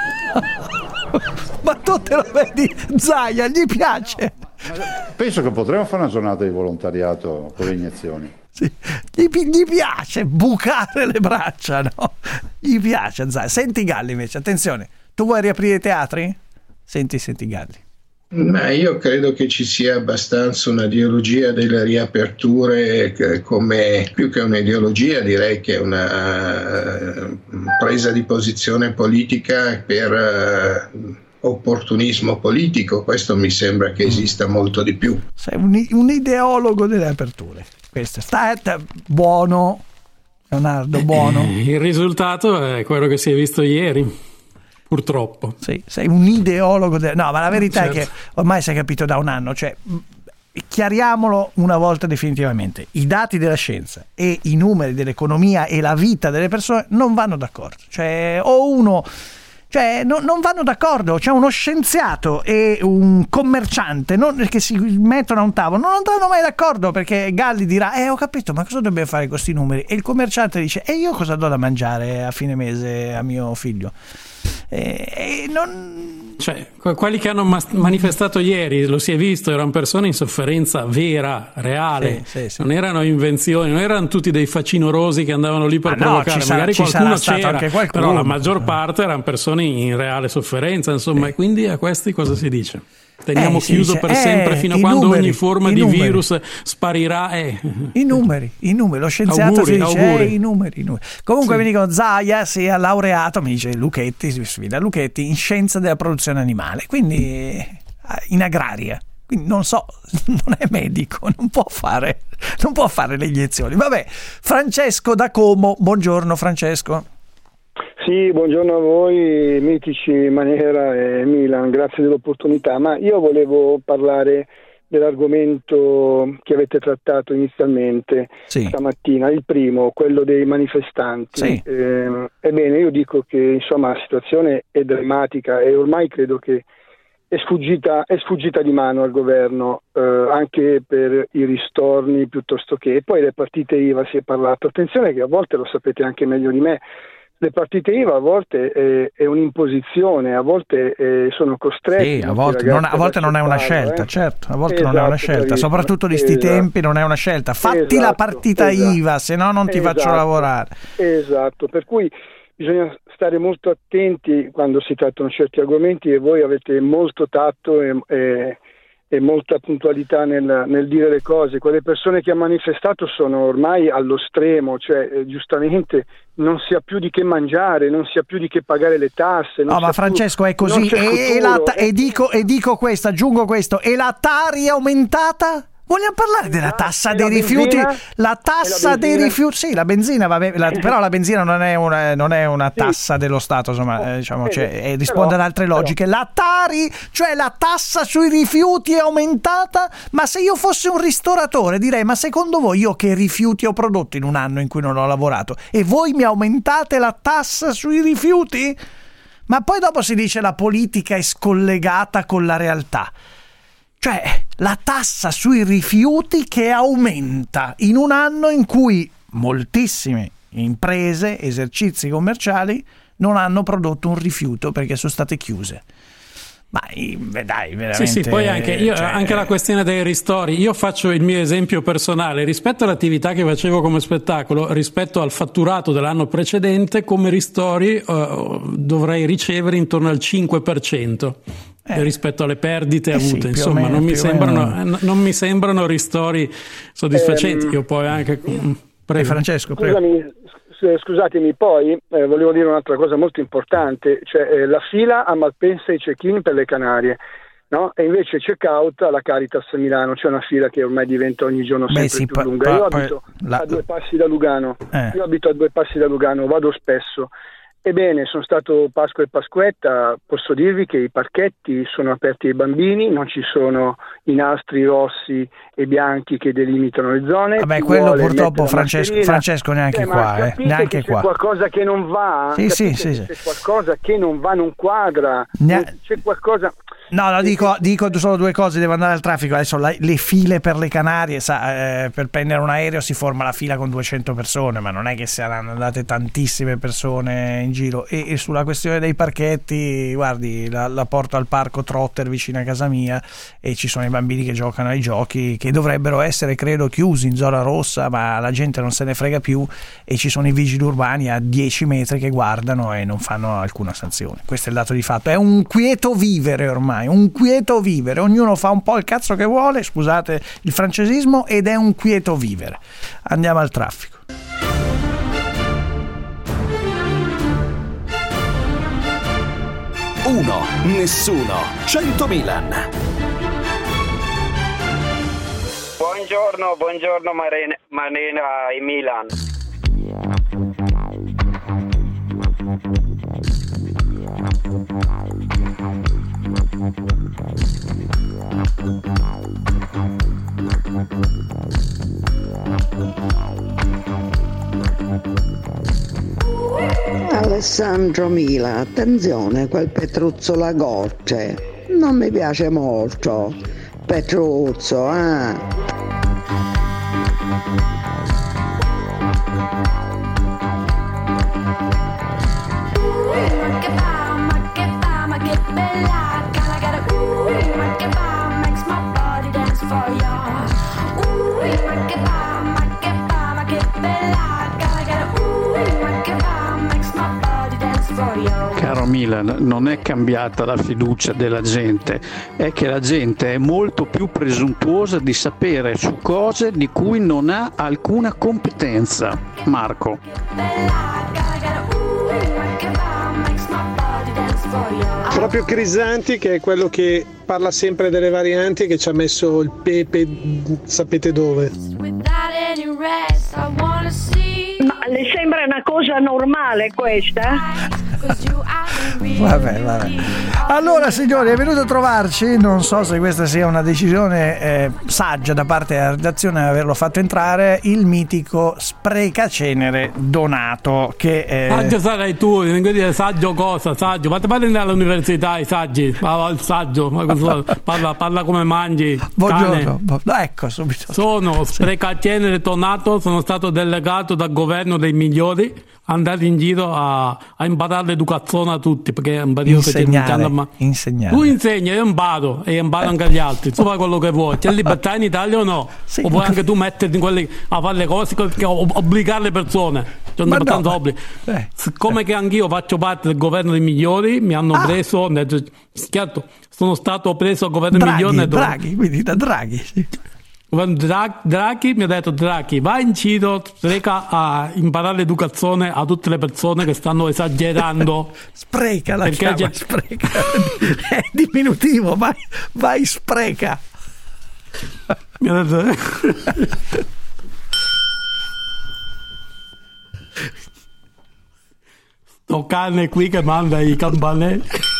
Ma tu te lo vedi, Zaia, gli piace. Penso che potremmo fare una giornata di volontariato con le iniezioni. Sì. Gli, pi- gli piace bucare le braccia, no? Gli piace Zaia. Senti Galli invece, attenzione, tu vuoi riaprire i teatri? Senti, senti Galli. Ma io credo che ci sia abbastanza un'ideologia delle riaperture, che come più che un'ideologia direi che è una uh, presa di posizione politica per uh, opportunismo politico. Questo mi sembra che esista molto di più. Sei un, un ideologo delle aperture. Questo sta buono, Leonardo, buono. Eh, il risultato è quello che si è visto ieri. Purtroppo. Sì, sei un ideologo. De... No, ma la verità Certo. è che ormai si è capito da un anno, cioè chiariamolo una volta definitivamente, i dati della scienza e i numeri dell'economia e la vita delle persone non vanno d'accordo. Cioè, o uno... Cioè, no, non vanno d'accordo. C'è uno scienziato e un commerciante non, che si mettono a un tavolo, non andranno mai d'accordo, perché Galli dirà eh ho capito, ma cosa dobbiamo fare con questi numeri? E il commerciante dice e io cosa do da mangiare a fine mese a mio figlio? E, e non... Cioè, quelli che hanno mas- manifestato ieri, lo si è visto, erano persone in sofferenza vera, reale, sì, sì, sì. non erano invenzioni, non erano tutti dei facinorosi che andavano lì per ah, provocare, no, ci magari sarà, qualcuno ci sarà c'era, anche qualcuno. Però la maggior parte erano persone in reale sofferenza, insomma, sì. E quindi a questi cosa si dice? Teniamo eh, chiuso dice, per eh, sempre fino a quando numeri, ogni forma di numeri. virus sparirà. Eh. I numeri, i numeri, lo scienziato auguri, si dice auguri. Eh, i numeri, i numeri. Comunque sì. mi dicono Zaia si è laureato, mi dice Lucchetti, si sfida Lucchetti in scienza della produzione animale, quindi in agraria. Quindi non so, non è medico, non può fare, non può fare le iniezioni. Vabbè, Francesco da Como, buongiorno Francesco. Sì, buongiorno a voi, mitici Maniera e Milan, grazie dell'opportunità, ma io volevo parlare dell'argomento che avete trattato inizialmente sì. stamattina, il primo, quello dei manifestanti. Sì. Eh, ebbene, io dico che insomma la situazione è drammatica e ormai credo che è sfuggita, è sfuggita di mano al governo, eh, anche per i ristorni piuttosto che, e poi le partite I V A si è parlato, attenzione che a volte lo sapete anche meglio di me, le partite I V A a volte è, è un'imposizione, a volte è, sono costretti. Sì, a volte, non, a volte non è una scelta, eh? certo, a volte esatto, non è una scelta, bravissimo. soprattutto di sti esatto. tempi non è una scelta. Fatti esatto, la partita esatto. I V A, se no non ti esatto. faccio lavorare. Esatto, per cui bisogna stare molto attenti quando si trattano certi argomenti e voi avete molto tatto e, e, e molta puntualità nel, nel dire le cose. Quelle persone che hanno manifestato sono ormai allo stremo, cioè eh, giustamente non si ha più di che mangiare, non si ha più di che pagare le tasse. No, ma Francesco più, è così e, e, la, e, dico, e dico questo, aggiungo questo, e la Tari è aumentata? Vogliamo parlare della tassa dei rifiuti? La tassa dei rifiuti, sì, la benzina, vabbè, la, però la benzina non è una, non è una tassa sì. dello Stato, insomma, eh, diciamo, cioè, eh, risponde però, ad altre logiche. Però. La Tari, cioè la tassa sui rifiuti è aumentata? Ma se io fossi un ristoratore direi, ma secondo voi io che rifiuti ho prodotto in un anno in cui non ho lavorato? E voi mi aumentate la tassa sui rifiuti? Ma poi dopo si dice la politica è scollegata con la realtà. Cioè, la tassa sui rifiuti che aumenta in un anno in cui moltissime imprese, esercizi commerciali non hanno prodotto un rifiuto perché sono state chiuse. Ma dai, veramente. Sì, sì, poi anche, io, cioè, anche la questione dei ristori. Io faccio il mio esempio personale. Rispetto all'attività che facevo come spettacolo, rispetto al fatturato dell'anno precedente, come ristori uh, dovrei ricevere intorno al cinque per cento. Eh. rispetto alle perdite eh avute, sì, insomma, meno, non, mi sembrano, non mi sembrano ristori soddisfacenti. Eh, Io poi anche. Prego. Francesco, prego. Scusami, scusatemi, poi eh, volevo dire un'altra cosa molto importante, cioè eh, la fila a Malpensa e i check-in per le Canarie, no? E invece check-out alla Caritas a Milano, c'è una fila che ormai diventa ogni giorno sempre Beh, sì, più pa- lunga. Io pa- abito la... a due passi da Lugano, eh. io abito a due passi da Lugano, vado spesso. Ebbene, sono stato Pasqua e Pasquetta, posso dirvi che i parchetti sono aperti ai bambini, non ci sono i nastri rossi e bianchi che delimitano le zone. Vabbè, quello purtroppo Francesco, Francesco neanche eh, qua, eh, neanche c'è qua. C'è qualcosa che non va, sì, sì, sì, sì. c'è qualcosa che non va, non quadra, ne... c'è qualcosa... No, no, dico, dico solo due cose, devo andare al traffico. Adesso la, le file per le Canarie, sa, eh, per prendere un aereo si forma la fila con duecento persone, ma non è che saranno andate tantissime persone in giro. E, e sulla questione dei parchetti, guardi, la, la porto al parco Trotter vicino a casa mia e ci sono i bambini che giocano ai giochi che dovrebbero essere, credo, chiusi in zona rossa, ma la gente non se ne frega più e ci sono i vigili urbani a dieci metri che guardano e non fanno alcuna sanzione. Questo è il dato di fatto. È un quieto vivere ormai. Un quieto vivere, ognuno fa un po' il cazzo che vuole, scusate il francesismo, ed è un quieto vivere. Andiamo al traffico. Uno, nessuno, cento Milan. Buongiorno, buongiorno Marina, Marina e Milan. Alessandro Mila, attenzione, quel Petruzzo la gocce non mi piace molto. Petruzzo, eh. Che fama, che fama, che bella Caro Milan, non è cambiata la fiducia della gente, è che la gente è molto più presuntuosa di sapere su cose di cui non ha alcuna competenza. Marco. Proprio Crisanti, che è quello che parla sempre delle varianti, che ci ha messo il pepe sapete dove. Ma le sembra una cosa normale questa? Vabbè, vabbè. Allora signori, è venuto a trovarci, non so se questa sia una decisione eh, saggia da parte della redazione averlo fatto entrare, il mitico Sprecacenere Donato che eh... saggio sarai tu, non dire saggio cosa, saggio, fate parlare all'università i saggi, ma il saggio, ma cosa, parla, parla come mangi. Buongiorno. No, ecco subito. Sono Sprecacenere Donato, sono stato delegato dal governo dei migliori, andare in giro a, a imparare l'educazione a tutti, perché è un periodo che stiamo iniziando, ma insegnare. Tu insegni, io imparo e imparo anche agli altri, tu fai quello che vuoi. C'è libertà in Italia o no? Sì, o puoi anche tu metterti in quelli a fare le cose che obbligare le persone, c'è un abbastanza no, obbligo. Eh, siccome eh. che anch'io faccio parte del governo dei migliori, mi hanno ah. preso, certo, sono stato preso al governo dei migliori. Draghi, Draghi, quindi da Draghi, sì. Draghi mi ha detto: Draghi, vai in giro, spreca a imparare l'educazione a tutte le persone che stanno esagerando. Spreca la chiama, c'è... spreca è diminutivo, vai, vai spreca. Mi ha detto sto cane qui che manda i campanelli.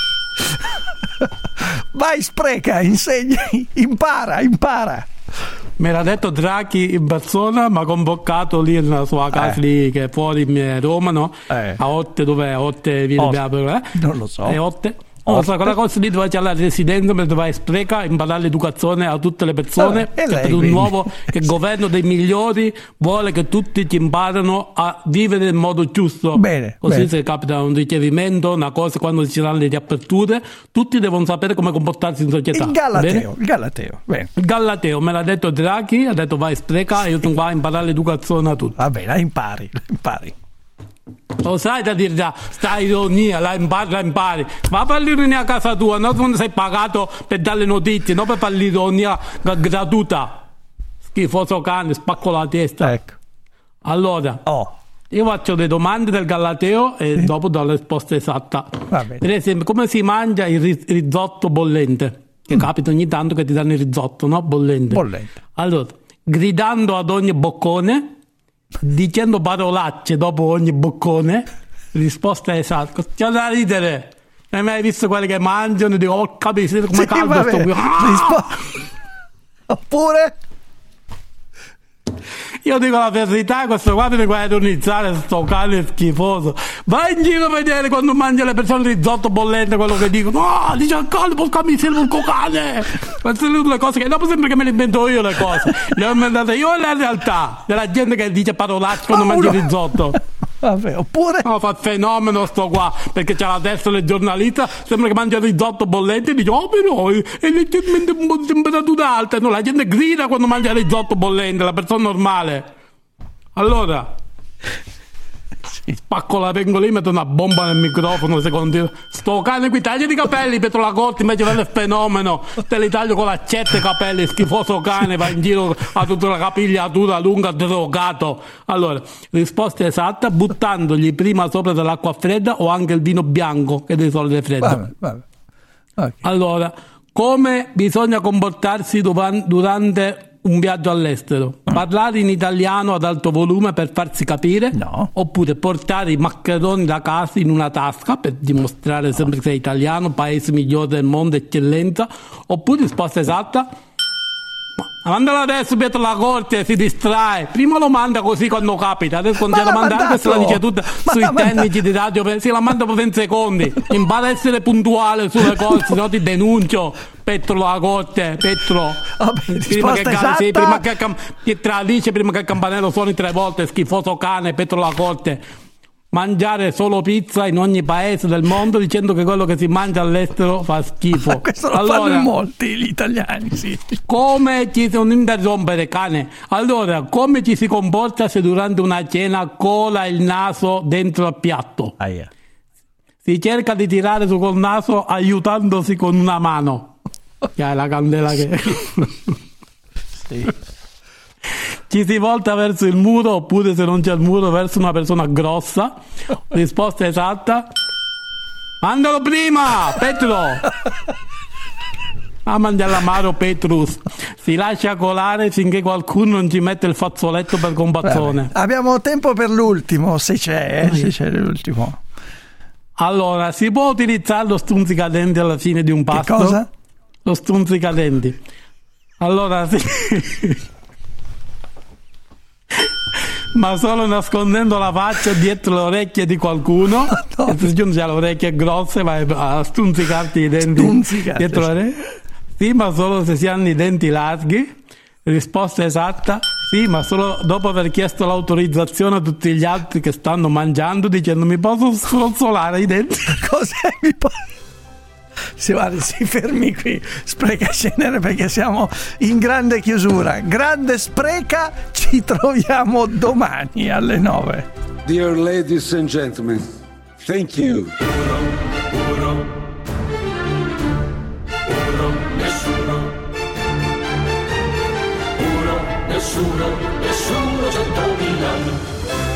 Vai spreca, insegna, impara, impara. Me l'ha detto Draghi in persona, mi ha convocato lì nella sua casa, eh. lì che è fuori Roma, no? Eh. A Otte, dov'è? Otte, Villa Beato, eh? Non lo so. È Otte. Non lo so, quella cosa lì dove c'è la residenza, dove vai spreca, imparare l'educazione a tutte le persone, eh, che per un nuovo che il governo dei migliori vuole che tutti ci imparano a vivere in modo giusto. Bene, così bene. Se capita un ricevimento, una cosa, quando ci saranno le riaperture, tutti devono sapere come comportarsi in società. Il Galateo, il Galateo, bene. Il Galateo, me l'ha detto Draghi, ha detto vai spreca, io sono qua a imparare l'educazione a tutti. Va bene, la impari, la impari. Lo sai da dire già, sta ironia, la impari, la impari. Va a fare l'ironia a casa tua, non quando sei pagato per dare le notizie, non per fare l'ironia gratuita. Schifoso cane, spacco la testa. Ecco. Allora, oh. io faccio le domande del Galateo e sì. dopo do la risposta esatta. Per esempio, come si mangia il risotto bollente? Che mm. capita ogni tanto che ti danno il risotto, no? Bollente. Bollente. Allora, gridando ad ogni boccone, dicendo parolacce dopo ogni boccone, risposta esatta. C'è da ridere. Non hai mai visto quelli che mangiano e dico oh capisci come sì, caldo sto qui. Ah! Rispo- oppure io dico la verità, questo qua mi vuole ironizzare, sto cane schifoso. Vai in giro a vedere quando mangia le persone il risotto bollente, quello che dicono no, dice al cane, porca miseria, un cane. Queste sono le cose che dopo sempre che me le invento io le cose. Le ho inventate io e la realtà della gente che dice parolacce quando mangia il risotto. Vabbè, oppure no, fa fenomeno sto qua, perché c'ha la testa del giornalista, sembra che mangia il risotto bollente e dice oh però è leggermente un po' di temperatura alta. No, la gente grida quando mangia il risotto bollente, la persona normale. Allora sì. Spacco la pengolina, metto una bomba nel microfono secondo sto cane qui, taglia i capelli Pietro La Corte, invece quello è fenomeno, te li taglio con l'accetta i capelli, schifoso cane, va in giro a tutta la capigliatura lunga, drogato. Allora, risposta esatta, buttandogli prima sopra dell'acqua fredda o anche il vino bianco che di solito è freddo. Vabbè, vabbè. Okay. Allora, come bisogna comportarsi durante un viaggio all'estero? Parlare in italiano ad alto volume per farsi capire? No. Oppure portare i maccheroni da casa in una tasca per dimostrare no. sempre che sei italiano, paese migliore del mondo, eccellenza? Oppure risposta esatta? Mandalo adesso Pietro La Corte, si distrae. Prima lo manda così quando capita, adesso quando la manda questa la dice tutta ma sui tecnici di radio, si la manda per venti secondi. Impara a essere puntuale sulle cose, se no ti denuncio. Pietro La Corte, Pietro. Vabbè, prima che, sì, prima che ti tradisce, prima che il campanello suoni tre volte, schifoso cane, Pietro La Corte. Mangiare solo pizza in ogni paese del mondo dicendo che quello che si mangia all'estero fa schifo. Questo lo allora, fanno in molti gli italiani, sì. Come ci non interrompere cane. Allora, come ci si comporta se durante una cena cola il naso dentro al piatto? Ah, yeah. si cerca di tirare su col naso aiutandosi con una mano. Che è la candela che... Sì. Ci si volta verso il muro, oppure se non c'è il muro verso una persona grossa. Risposta esatta: mandalo prima, Petro. A mangiare l'amaro Petrus. Si lascia colare finché qualcuno non ci mette il fazzoletto per combazzone. Vabbè, abbiamo tempo per l'ultimo, se c'è, eh, se c'è l'ultimo. Allora, si può utilizzare lo stunzicadenti alla fine di un pasto? Che cosa? Lo stunzicadenti. Allora, sì. Ma solo nascondendo la faccia dietro le orecchie di qualcuno. No. E si giunge alle orecchie grosse, vai a stunzicarti i denti Stunzicate. dietro le orecchie. Sì, ma solo se si hanno i denti larghi. Risposta esatta: sì, ma solo dopo aver chiesto l'autorizzazione a tutti gli altri che stanno mangiando, dicendo mi posso scrozzolare i denti. Cos'è? Mi posso... Si, guarda, si fermi qui, Spreca Cenere, perché siamo in grande chiusura. Grande Spreca, ci troviamo domani alle nove. Dear ladies and gentlemen, thank you. Nessuno, nessuno, centomila.